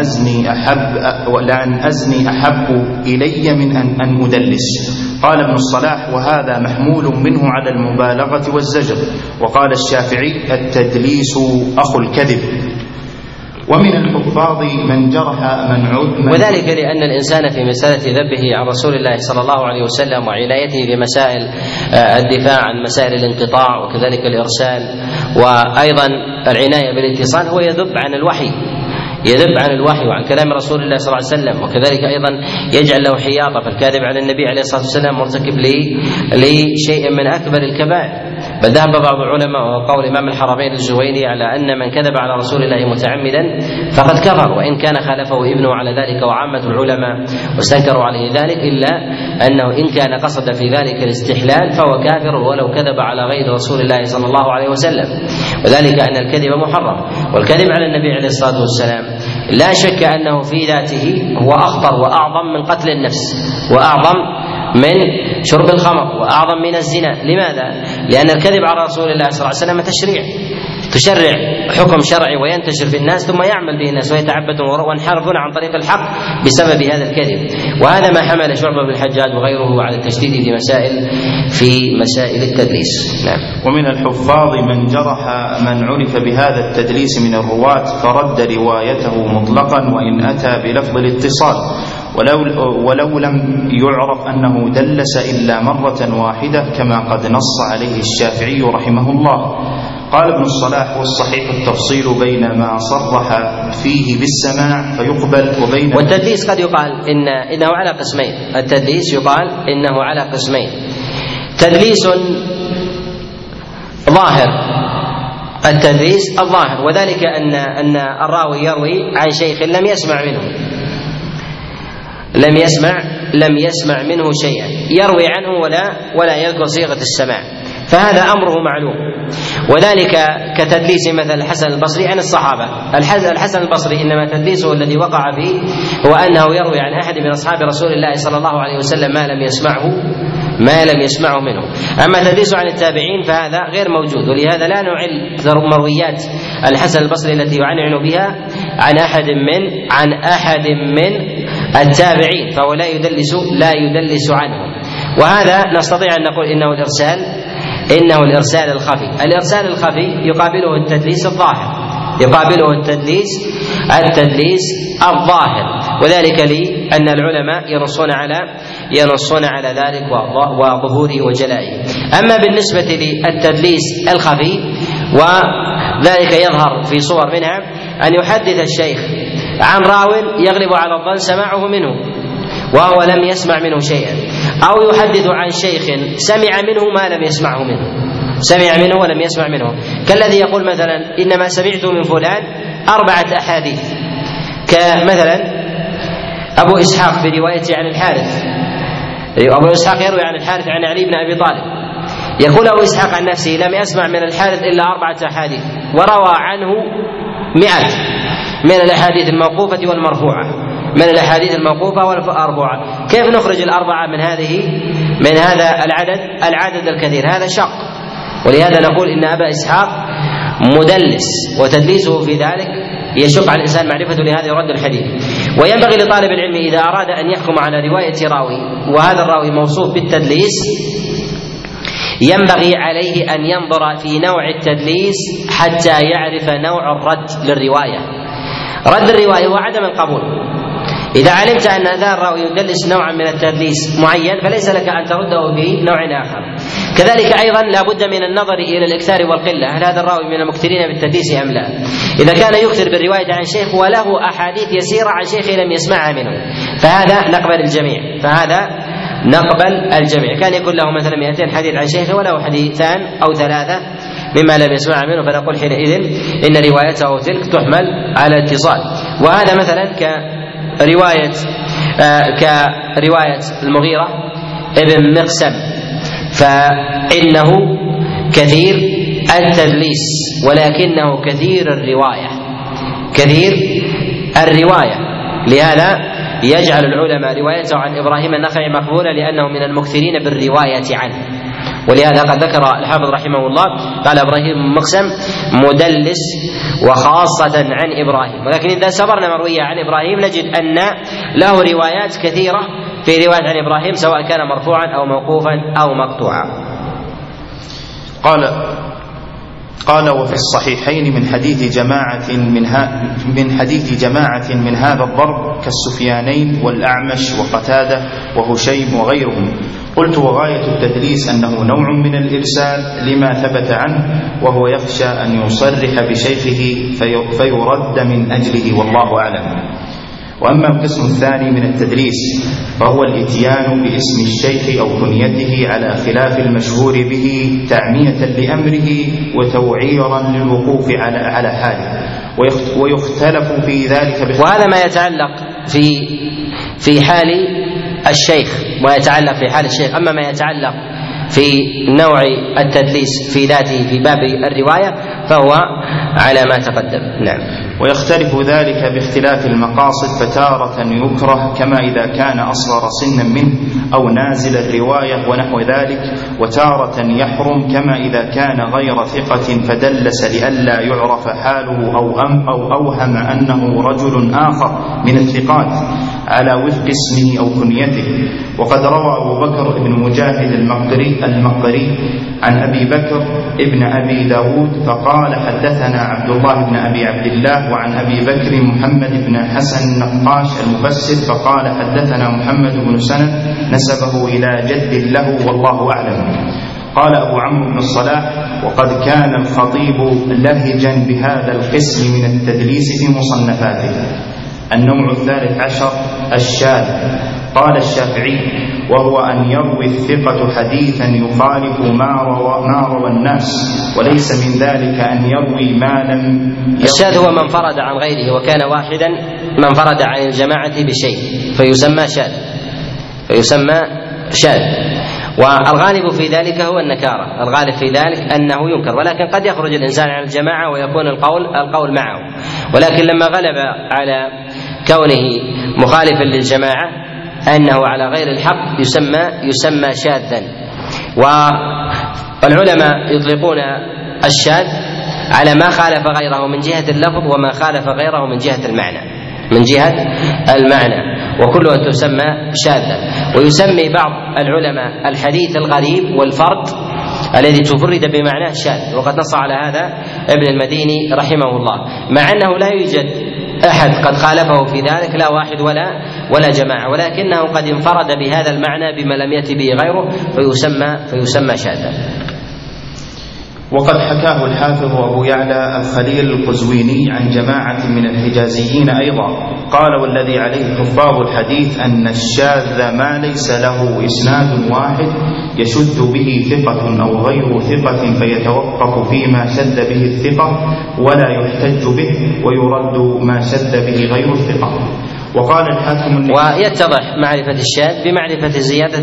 أزني أحب إلي من أن أدلس. قال ابن الصلاح: وهذا محمول منه على المبالغة والزجر. وقال الشافعي: التدليس أخو الكذب. ومن الحفاظ من جرح وذلك لأن الإنسان في مسألة ذبه عن رسول الله صلى الله عليه وسلم وعنايته بمسائل الدفاع عن مسائل الانقطاع وكذلك الإرسال وأيضا العناية بالاتصال هو يذب عن الوحي وعن كلام رسول الله صلى الله عليه وسلم، وكذلك أيضا يجعل له حياطة، فالكاذب على النبي عليه الصلاة والسلام مرتكب لشيء من أكبر الكبائر، بل ذهب بعض العلماء وقول إمام الحرمين الزويني على أن من كذب على رسول الله متعمدا فقد كفر، وإن كان خالفه ابنه على ذلك وعامة العلماء واستنكروا عليه ذلك، إلا أنه إن كان قصد في ذلك الاستحلال فهو كافر ولو كذب على غير رسول الله صلى الله عليه وسلم، وذلك أن الكذب محرم. والكذب على النبي عليه الصلاة والسلام لا شك أنه في ذاته هو أخطر وأعظم من قتل النفس، وأعظم من شرب الخمر، وأعظم من الزنا. لماذا؟ لأن الكذب على رسول الله صلى الله عليه وسلم تشرع حكم شرعي وينتشر في الناس ثم يعمل به الناس ويتعبدون وينحرفون عن طريق الحق بسبب هذا الكذب. وهذا ما حمل شعبة بن الحجاج وغيره على التشديد في مسائل التدليس. نعم. ومن الحفاظ من جرح من عرف بهذا التدليس من الرواة فرد روايته مطلقا وإن أتى بلفظ الاتصال، ولو لم يعرف أنه دلس إلا مرة واحدة كما قد نص عليه الشافعي رحمه الله. قال ابن الصلاح: والصحيح التفصيل بين ما صرح فيه بالسماع فيقبل وبين. والتدليس قد يقال إنه على قسمين. التدليس يقال إنه على قسمين: تدليس ظاهر، التدليس الظاهر، وذلك أن الراوي يروي عن شيخ لم يسمع منه شيئا، يروي عنه ولا يذكر صيغة السماع، فهذا أمره معلوم. وذلك كتدليس مثل الحسن البصري عن الصحابة. الحسن البصري إنما تدليسه الذي وقع فيه هو أنه يروي عن أحد من أصحاب رسول الله صلى الله عليه وسلم ما لم يسمعه منه. أما تدليسه عن التابعين فهذا غير موجود، ولهذا لا نعل مرويات الحسن البصري التي يعنعن بها عن أحد من التابعين، فهو لا يدلس عنهم. وهذا نستطيع أن نقول إنه الإرسال الخفي. الإرسال الخفي يقابله التدليس الظاهر، التدليس الظاهر، وذلك لأن العلماء ينصون على ذلك وظهوره وجلائه. أما بالنسبة للتدليس الخفي وذلك يظهر في صور منها أن يحدث الشيخ عن راو يغلب على الظن سماعه منه وهو لم يسمع منه شيئا، أو يحدث عن شيخ سمع منه ما لم يسمعه منه، سمع منه ولم يسمع منه، كالذي يقول مثلا إنما سمعت من فلان 4 أحاديث، كمثلا أبو إسحاق في روايته عن الحارث. أبو إسحاق يروي عن الحارث عن علي بن أبي طالب، يقول أبو إسحاق عن نفسه لم يسمع من الحارث إلا 4 أحاديث، وروى عنه 100 من الأحاديث الموقوفة والمرفوعة، كيف نخرج 4 من هذا العدد الكثير؟ هذا شق. ولهذا نقول إن أبا إسحاق مدلس، وتدليسه في ذلك يشق على الإنسان معرفته لهذا يرد الحديث. وينبغي لطالب العلم إذا أراد أن يحكم على رواية راوي وهذا الراوي موصوف بالتدليس، ينبغي عليه أن ينظر في نوع التدليس حتى يعرف نوع الرد للرواية. رد الرواية هو عدم القبول. إذا علمت أن هذا الراوي يدلس نوعا من التدليس معين فليس لك أن ترده بنوع آخر. كذلك أيضا لا بد من النظر إلى الإكثار والقلة، هل هذا الراوي من المكثرين بالتدليس أم لا؟ إذا كان يكثر بالرواية عن شيخ وله أحاديث يسيرة عن شيخ لم يسمعها منه فهذا نقبل الجميع. كان يكون له مثلا 200 حديث عن شيخ وله 2 أو 3 مما لم يسمع منه، فنقول حينئذ إن روايته تلك تحمل على الاتصال. وهذا مثلا كرواية المغيرة ابن مقسم، فإنه كثير التدليس ولكنه كثير الرواية، لهذا يجعل العلماء روايته عن إبراهيم النخعي مقبولة لأنه من المكثرين بالرواية عنه. ولهذا قد ذكر الحافظ رحمه الله قال إبراهيم مقسم مدلس وخاصة عن إبراهيم، ولكن إذا سبرنا مروية عن إبراهيم نجد أن له روايات كثيرة في رواية عن إبراهيم سواء كان مرفوعا أو موقوفا أو مقطوعا. قال وفي الصحيحين من حديث جماعة من هذا الضرب كالسفيانين والأعمش وقتادة وهشيم وغيرهم. قلت وغاية التدليس أنه نوع من الإرسال لما ثبت عنه، وهو يخشى أن يصرح بشيخه فيرد من أجله، والله أعلم. وأما القسم الثاني من التدليس فهو الإتيان باسم الشيخ أو كنيته على خلاف المشهور به تعمية لأمره وتوعيرا للوقوف على حاله، ويختلف في ذلك وهذا ما يتعلق في حال الشيخ، ويتعلق في حال الشيخ. أما ما يتعلق في نوع التدليس في ذاته في باب الرواية فهو على ما تقدم. نعم. ويختلف ذلك باختلاف المقاصد، فتارة يكره كما إذا كان أصغر سنا منه أو نازل الرواية ونحو ذلك، وتارة يحرم كما إذا كان غير ثقة فدلس لئلا يعرف حاله أو أوهم أنه رجل آخر من الثقات على وفق اسمه أو كنيته. وقد روى أبو بكر بن مجاهد المقري عن أبي بكر ابن أبي داود فقال حدثنا عبد الله بن أبي عبد الله، وعن أبي بكر محمد بن حسن النقاش المفسر فقال حدثنا محمد بن سند نسبه إلى جد له والله أعلم. قال أبو عمرو بن الصلاح وقد كان الخطيب لهجا بهذا القسم من التدليس في مصنفاته. النوع الثالث عشر الشاذ. قال الشافعي وهو أن يروي الثقة حديثا يخالف ما روى الناس، وليس من ذلك أن يروي ما لم الشاذ هو من فرد عن غيره وكان واحدا من فرد عن الجماعة بشيء فيسمى شاذ. والغالب في ذلك هو النكارة، الغالب في ذلك أنه ينكر، ولكن قد يخرج الإنسان عن الجماعة ويكون القول معه، ولكن لما غلب على كونه مخالفا للجماعة أنه على غير الحق يسمى شاذا. والعلماء يطلقون الشاذ على ما خالف غيره من جهة اللفظ وما خالف غيره من جهة المعنى وكلها تسمى شاذا. ويسمي بعض العلماء الحديث الغريب والفرد الذي تفرد بمعناه شاذ، وقد نص على هذا ابن المديني رحمه الله، مع أنه لا يوجد أحد قد خالفه في ذلك، لا واحد ولا جماعة، ولكنه قد انفرد بهذا المعنى بما لم يأت به غيره فيسمى شاذا. وقد حكاه الحافظ أبو يعلى الخليل القزويني عن جماعة من الحجازيين أيضا قال والذي عليه حفاظ الحديث أن الشاذ ما ليس له إسناد واحد يشد به ثقة أو غير ثقة فيتوقف فيما شد به الثقة ولا يحتج به، ويرد ما شد به غير الثقة. وقال الحاكم ويتضح معرفة الشاذ بمعرفة زيادة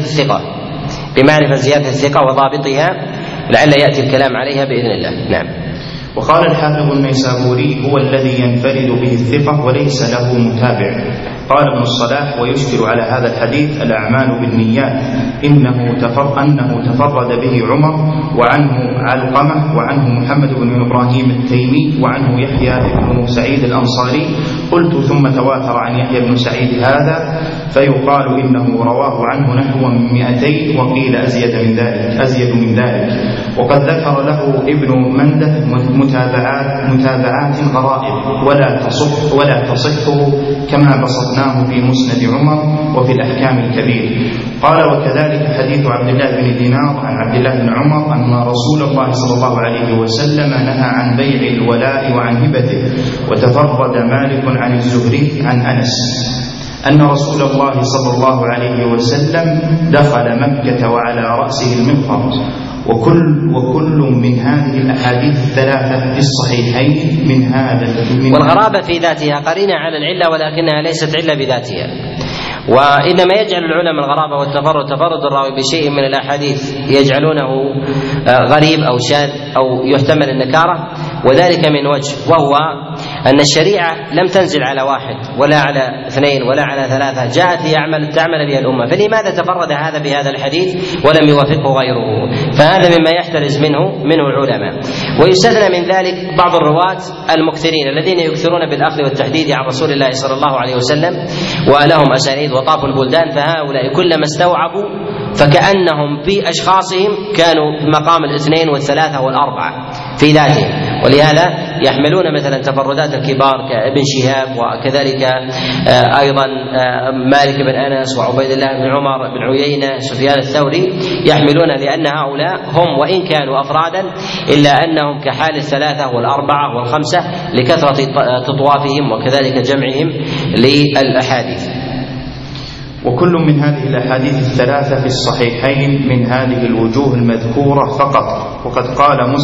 الثقة وضابطها، لعل يأتي الكلام عليها بإذن الله. نعم. وقال الحافظ النيسابوري هو الذي ينفرد به الثقة وليس له متابع. قال ابن الصلاح ويشكل على هذا الحديث الأعمال بالنيات أنه تفرد به عمر، وعنه علقمة، وعنه محمد بن إبراهيم التيمي، وعنه يحيى بن سعيد الأنصاري. قلت ثم تواتر عن يحيى بن سعيد هذا فيقال إنه رواه عنه نحو 200 وقيل أزيد من ذلك. وقد ذكر له ابن منده متابعات غرائب ولا تصحه كما بسطناه في مسند عمر وفي الأحكام الكبير. قال وكذلك حديث عبد الله بن دينار عن عبد الله بن عمر أن رسول الله صلى الله عليه وسلم نهى عن بيع الولاء وعن هبته. وتفرد مالك عن الزهري عن أنس أن رسول الله صلى الله عليه وسلم دخل مكة وعلى رأسه المغفر. وكل من هذه الأحاديث الثلاثة في الصحيحين من هذا. والغرابة في ذاتها قرينة على العلة، ولكنها ليست علة بذاتها، وإنما يجعل العلماء الغرابة والتفرد تفرد الراوي بشيء من الأحاديث يجعلونه غريب أو شاذ أو يحتمل النكارة، وذلك من وجه، وهو أن الشريعة لم تنزل على واحد ولا على اثنين ولا على ثلاثة، جاءت تعمل بها الأمة، فلماذا تفرد هذا بهذا الحديث ولم يوافقه غيره؟ فهذا مما يحترز منه العلماء. ويستثنى من ذلك بعض الرواة المكثرين الذين يكثرون بالأخذ والتحديد عن رسول الله صلى الله عليه وسلم ولهم أسانيد وطافوا البلدان، فهؤلاء كلما استوعبوا فكأنهم بأشخاصهم كانوا مقام الاثنين والثلاثة والأربعة في ذاتهم، ولهذا يحملون مثلا تفردات الكبار كابن شهاب وكذلك أيضا مالك بن أنس وعبيد الله بن عمر بن عيينة سفيان الثوري، يحملون لأن هؤلاء هم وإن كانوا أفرادا إلا أنهم كحال الثلاثة والأربعة والخمسة لكثرة تطوافهم وكذلك جمعهم للأحاديث. وكل من هذه الأحاديث الثلاثة في الصحيحين من هذه الوجوه المذكورة فقط. وقد قال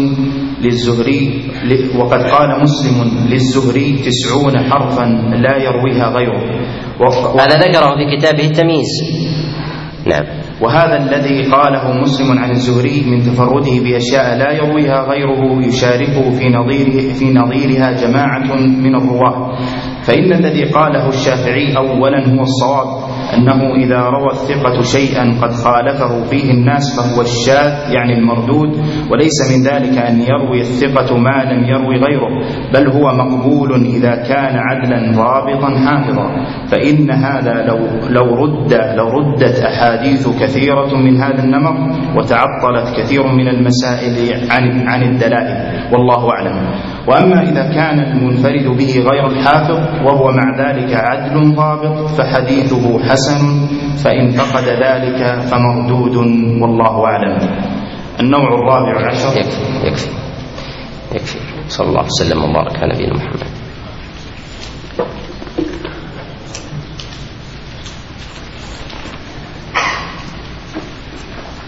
مسلم للزهري 90 حرفا لا يرويها غيره، هذا ذكره في كتابه التمييز. نعم. وهذا الذي قاله مسلم عن الزهري من تفرده بأشياء لا يرويها غيره يشاركه في نظيرها جماعة من الرواة. فإن الذي قاله الشافعي أولا هو الصواب، أنه إذا روى الثقة شيئا قد خالفه فيه الناس فهو الشاذ يعني المردود، وليس من ذلك أن يروي الثقة ما لم يروي غيره، بل هو مقبول إذا كان عدلا ضابطا حافظا. فإن هذا لو ردت أحاديث كثيرة من هذا النمط وتعطلت كثير من المسائل عن الدلائل، والله أعلم. وأما إذا كان المنفرد به غير الحافظ وهو مع ذلك عدل ضابط فحديثه حسن، فإن فقد ذلك فمردود، والله أعلم. النوع الرابع عشر. يكفي. صلى الله عليه وسلم وبارك على نبينا محمد.